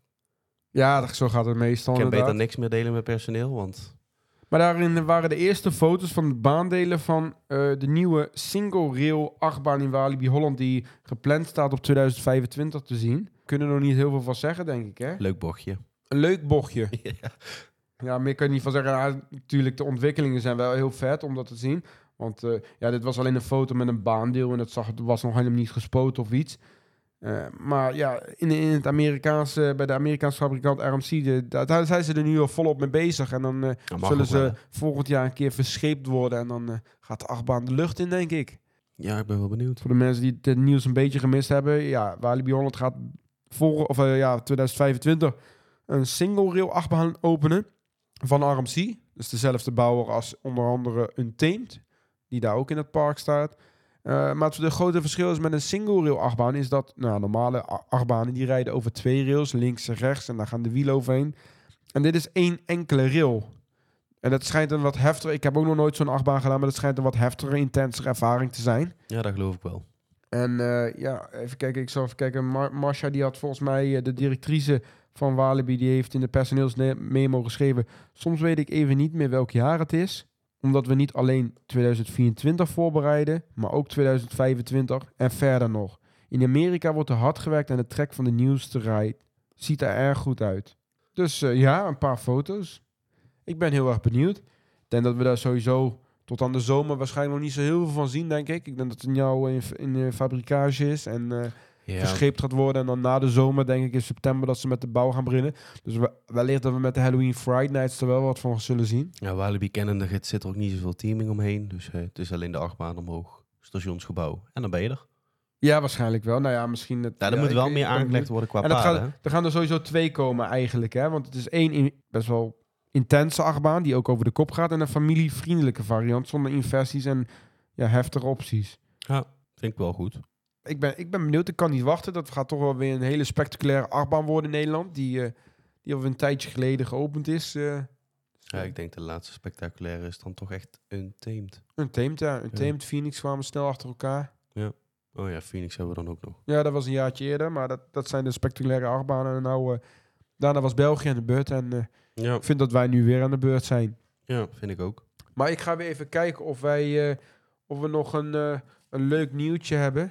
Ja, dat, zo gaat het meestal Ik kan inderdaad. beter niks meer delen met personeel, want... Maar daarin waren de eerste foto's van de baandelen van uh, de nieuwe single rail achtbaan in Walibi Holland die gepland staat op twintig vijfentwintig te zien. We kunnen er nog niet heel veel van zeggen, denk ik, hè? Leuk bochtje. Een leuk bochtje. ja. Ja, meer kan je niet van zeggen. Ja, natuurlijk, de ontwikkelingen zijn wel heel vet om dat te zien. Want uh, ja, dit was alleen een foto met een baandeel en dat zag, was nog helemaal niet gespoten of iets. Uh, maar ja, in, in het Amerikaanse, bij de Amerikaanse fabrikant R M C, de, daar, daar zijn ze er nu al volop mee bezig. En dan uh, Dat mag zullen ook ze wel, hè? volgend jaar een keer verscheept worden. En dan uh, gaat de achtbaan de lucht in, denk ik. Ja, ik ben wel benieuwd. Voor de mensen die het nieuws een beetje gemist hebben. Ja, Walibi Holland gaat voor, of, uh, ja, twintig vijfentwintig een single rail achtbaan openen van R M C. Dus dezelfde bouwer als onder andere Untamed, die daar ook in het park staat. Uh, maar het de grote verschil is met een single rail achtbaan is dat nou, normale achtbanen die rijden over twee rails, links en rechts, en daar gaan de wielen overheen. En dit is één enkele rail. En dat schijnt een wat heftiger, ik heb ook nog nooit zo'n achtbaan gedaan, maar dat schijnt een wat heftigere, intensere ervaring te zijn. Ja, dat geloof ik wel. En uh, ja, even kijken, ik zal even kijken. Mar- Marsha, die had volgens mij, uh, de directrice van Walibi, die heeft in de personeelsmemo geschreven: soms weet ik even niet meer welk jaar het is, omdat we niet alleen tweeduizend vierentwintig voorbereiden, maar ook tweeduizend vijfentwintig en verder nog. In Amerika wordt er hard gewerkt aan de track van de nieuwste ride. Ziet er erg goed uit. Dus uh, ja, een paar foto's. Ik ben heel erg benieuwd. Ik denk dat we daar sowieso tot aan de zomer waarschijnlijk nog niet zo heel veel van zien, denk ik. Ik denk dat het nou in, in, in fabrikage is en uh, ja. verscheept gaat worden. En dan na de zomer, denk ik in september, dat ze met de bouw gaan beginnen. Dus we, wellicht dat we met de Halloween Friday Nights er wel wat van zullen zien. Ja, Walibi kennende zit er ook niet zoveel teaming omheen. Dus uh, het is alleen de achtbaan omhoog, stationsgebouw. En dan ben je er. Ja, waarschijnlijk wel. Nou ja, misschien... Het, ja, er ja, moet wel ik, meer ik, aangelegd worden qua en paden. Gaat, er gaan er sowieso twee komen eigenlijk, hè. Want het is één in, best wel intense achtbaan die ook over de kop gaat. En een familievriendelijke variant zonder inversies en ja, heftige opties. Ja, vind ik wel goed. Ik ben, ik ben benieuwd. Ik kan niet wachten. Dat gaat toch wel weer een hele spectaculaire achtbaan worden in Nederland. Die, uh, die al een tijdje geleden geopend is. Uh, ja, ik denk de laatste spectaculaire is dan toch echt Untamed. Untamed, ja. Untamed, ja. Phoenix kwamen snel achter elkaar. Ja. Oh ja, Phoenix hebben we dan ook nog. Ja, dat was een jaartje eerder. Maar dat, dat zijn de spectaculaire achtbanen. En nou, uh, daarna was België aan de beurt. En uh, ja. ik vind dat wij nu weer aan de beurt zijn. Ja, vind ik ook. Maar ik ga weer even kijken of wij uh, of we nog een, uh, een leuk nieuwtje hebben.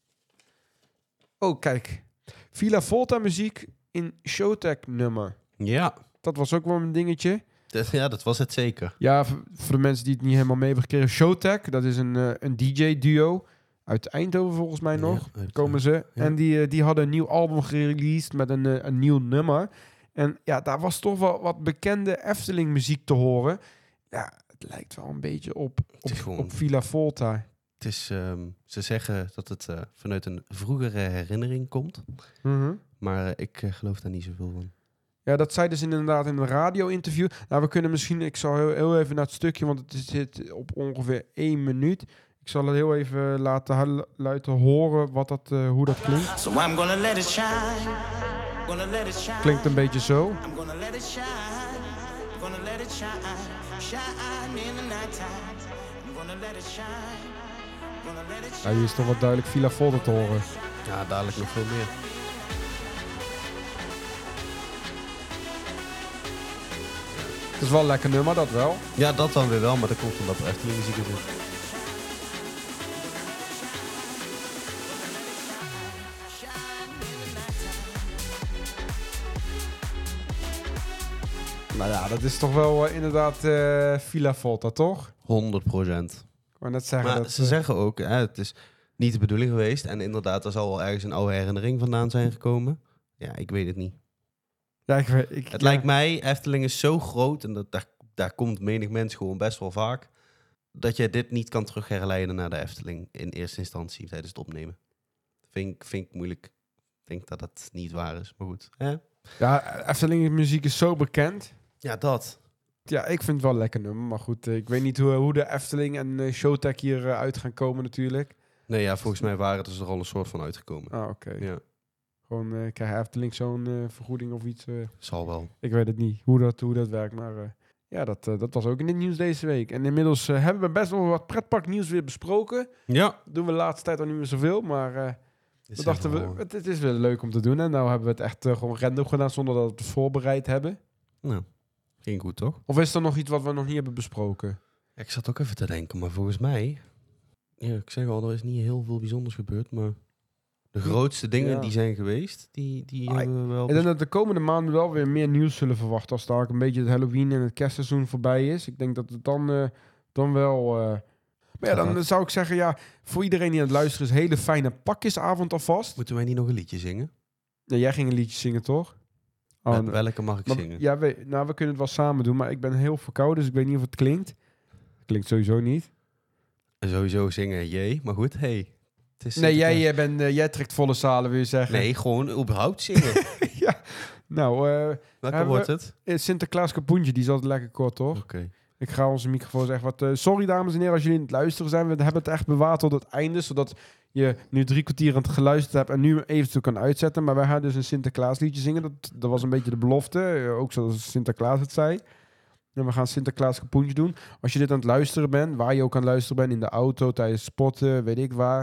Oh, kijk. Villa Volta muziek in Showtek nummer. Ja. Dat was ook wel een dingetje. Dat, ja, dat was het zeker. Ja, voor, voor de mensen die het niet helemaal mee hebben gekregen. Showtek, dat is een, uh, een D J-duo. Uit Eindhoven volgens mij nog, ja, uit, komen ze. Ja. En die, uh, die hadden een nieuw album gereleased met een, uh, een nieuw nummer. En ja, daar was toch wel wat bekende Efteling muziek te horen. Ja, het lijkt wel een beetje op, op, gewoon, op Villa Volta. Het is, um, ze zeggen dat het uh, vanuit een vroegere herinnering komt. Mm-hmm. Maar uh, ik uh, geloof daar niet zoveel van. Ja, dat zei dus inderdaad in een radio-interview. Nou, we kunnen misschien... Ik zal heel, heel even naar het stukje, want het zit op ongeveer één minuut. Ik zal het heel even laten, laten horen wat dat, uh, hoe dat klinkt. So I'm gonna let it shine. Gonna let it shine. Klinkt een beetje zo. I'm gonna let it shine. Gonna let it shine. Shine in the nighttime. I'm gonna let it shine. Gonna let it shine. Ja, hier is toch wat duidelijk Villa Volta te horen. Ja, dadelijk nog veel meer. Het is wel een lekker nummer, dat wel. Ja, dat dan weer wel, maar dat komt omdat er echt die muziek in zit. Nou ja, dat is toch wel uh, inderdaad uh, Villa Volta, toch? honderd procent. Ik wou net zeggen maar dat... ze uh, zeggen ook, hè, het is niet de bedoeling geweest. En inderdaad, er zal wel ergens een oude herinnering vandaan zijn gekomen. Ja, ik weet het niet. Ja, ik weet, ik, het ja. lijkt mij, Efteling is zo groot, en dat, daar, daar komt menig mens gewoon best wel vaak, dat je dit niet kan terugherleiden naar de Efteling in eerste instantie tijdens het opnemen. Vind ik, vind ik moeilijk. Ik denk dat dat niet waar is, maar goed. Hè? Ja, Efteling muziek is zo bekend. Ja, dat. Ja, ik vind het wel een lekker nummer. Maar goed, ik weet niet hoe, hoe de Efteling en uh, Showtek hier uh, uit gaan komen natuurlijk. Nee, ja, volgens mij waren er al een soort van uitgekomen. Ah, oké. Okay. Ja. Gewoon, uh, krijgt Efteling zo'n uh, vergoeding of iets? Uh, Zal wel. Ik weet het niet, hoe dat, hoe dat werkt. Maar uh, ja, dat, uh, dat was ook in het nieuws deze week. En inmiddels uh, hebben we best wel wat pretparknieuws weer besproken. Ja. Dat doen we de laatste tijd al niet meer zoveel, maar... Uh, we dachten we, het, het is wel leuk om te doen. En nou hebben we het echt uh, gewoon random gedaan zonder dat we het voorbereid hebben. Nou, ging goed toch? Of is er nog iets wat we nog niet hebben besproken? Ja, ik zat ook even te denken, maar volgens mij... Ja, ik zeg al, er is niet heel veel bijzonders gebeurd, maar... De grootste dingen ja. die zijn geweest, die, die ah, hebben we wel... Ik denk dat de komende maanden wel weer meer nieuws zullen verwachten... als daar ook een beetje het Halloween en het kerstseizoen voorbij is. Ik denk dat het dan, uh, dan wel... Uh, Maar ja, dan zou ik zeggen, ja, voor iedereen die aan het luisteren is, hele fijne pakjesavond alvast. Moeten wij niet nog een liedje zingen? Nee, jij ging een liedje zingen, toch? Oh, Wel, welke mag ik maar, zingen? Ja, we, nou, we kunnen het wel samen doen, maar ik ben heel verkouden, dus ik weet niet of het klinkt. Klinkt sowieso niet. En sowieso zingen, jee, maar goed, hey. Het is nee, jij, jij, bent, uh, jij trekt volle zalen, wil je zeggen? Nee, gewoon überhaupt zingen. ja, nou... Uh, welke wordt het? Sinterklaas Kapoentje, die is altijd lekker kort, toch? Oké. Okay. Ik ga onze microfoons echt wat... Uh, sorry, dames en heren, als jullie aan het luisteren zijn. We hebben het echt bewaard tot het einde, zodat je nu drie kwartier aan het geluisterd hebt en nu eventueel kan uitzetten. Maar wij gaan dus een Sinterklaas liedje zingen. Dat, dat was een beetje de belofte, uh, ook zoals Sinterklaas het zei. En we gaan Sinterklaas Kapoentje doen. Als je dit aan het luisteren bent, waar je ook aan het luisteren bent, in de auto, tijdens sporten, weet ik waar.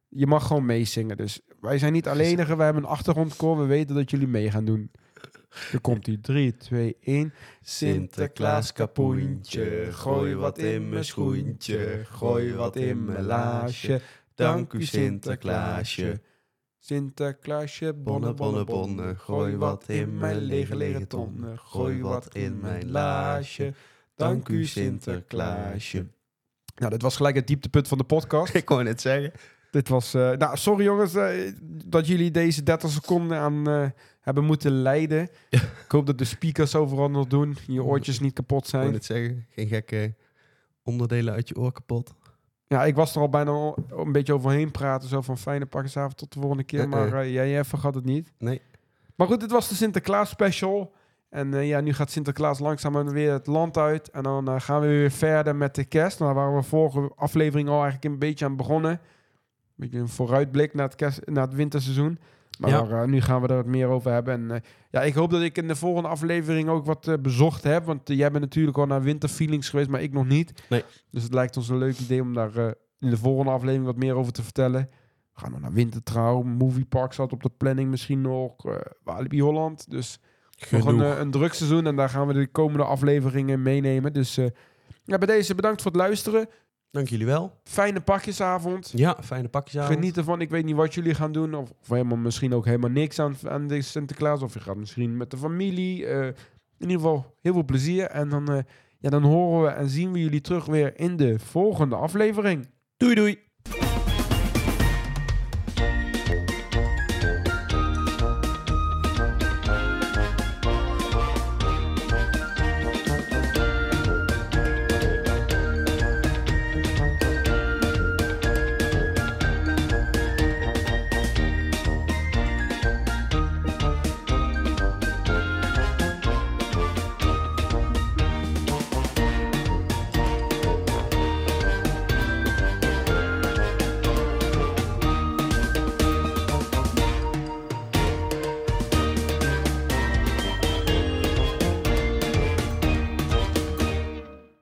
je mag gewoon meezingen. Dus wij zijn niet alleenige, wij hebben een achtergrondkoor. We weten dat jullie mee gaan doen. Er komt die drie, twee, één. Sinterklaas kapoentje, gooi wat in mijn schoentje, gooi wat in mijn laasje. Dank u Sinterklaasje. Sinterklaasje, bonne, bonne, bonne, gooi wat in mijn lege, lege tonnen, gooi wat in mijn laasje. Dank u Sinterklaasje. Nou, dit was gelijk het dieptepunt van de podcast. Ik kon het zeggen. Dit was... Uh, nou, sorry jongens uh, dat jullie deze dertig seconden aan uh, hebben moeten lijden. Ja. Ik hoop dat de speakers overal nog doen. Je oortjes niet kapot Ik zijn. kon het zeggen. Geen gekke onderdelen uit je oor kapot. Ja, ik was er al bijna al een beetje overheen praten. Zo van fijne pakjesavond tot de volgende keer. Uh-uh. Maar uh, jij vergat het niet. Nee. Maar goed, dit was de Sinterklaas special. En uh, ja, nu gaat Sinterklaas langzaam weer het land uit. En dan uh, gaan we weer verder met de kerst. Nou, daar waren we vorige aflevering al eigenlijk een beetje aan begonnen. Een beetje een vooruitblik naar het, kerst, naar het winterseizoen. Maar Ja. uh, nu gaan we er wat meer over hebben. En uh, ja, ik hoop dat ik in de volgende aflevering ook wat uh, bezocht heb. Want uh, jij bent natuurlijk al naar winterfeelings geweest, maar ik nog niet. Nee. Dus het lijkt ons een leuk idee om daar uh, in de volgende aflevering wat meer over te vertellen. We gaan nog naar Wintertrouw. Moviepark staat op de planning misschien nog. Uh, Walibi Holland. Dus nog een, uh, een druk seizoen. En daar gaan we de komende afleveringen meenemen. Dus uh, ja, bij deze bedankt voor het luisteren. Dank jullie wel. Fijne pakjesavond. Ja, fijne pakjesavond. Geniet ervan. Ik weet niet wat jullie gaan doen. Of, of helemaal, misschien ook helemaal niks aan, aan deze Sinterklaas. Of je gaat misschien met de familie. Uh, in ieder geval heel veel plezier. En dan, uh, ja, dan horen we en zien we jullie terug weer in de volgende aflevering. Doei doei.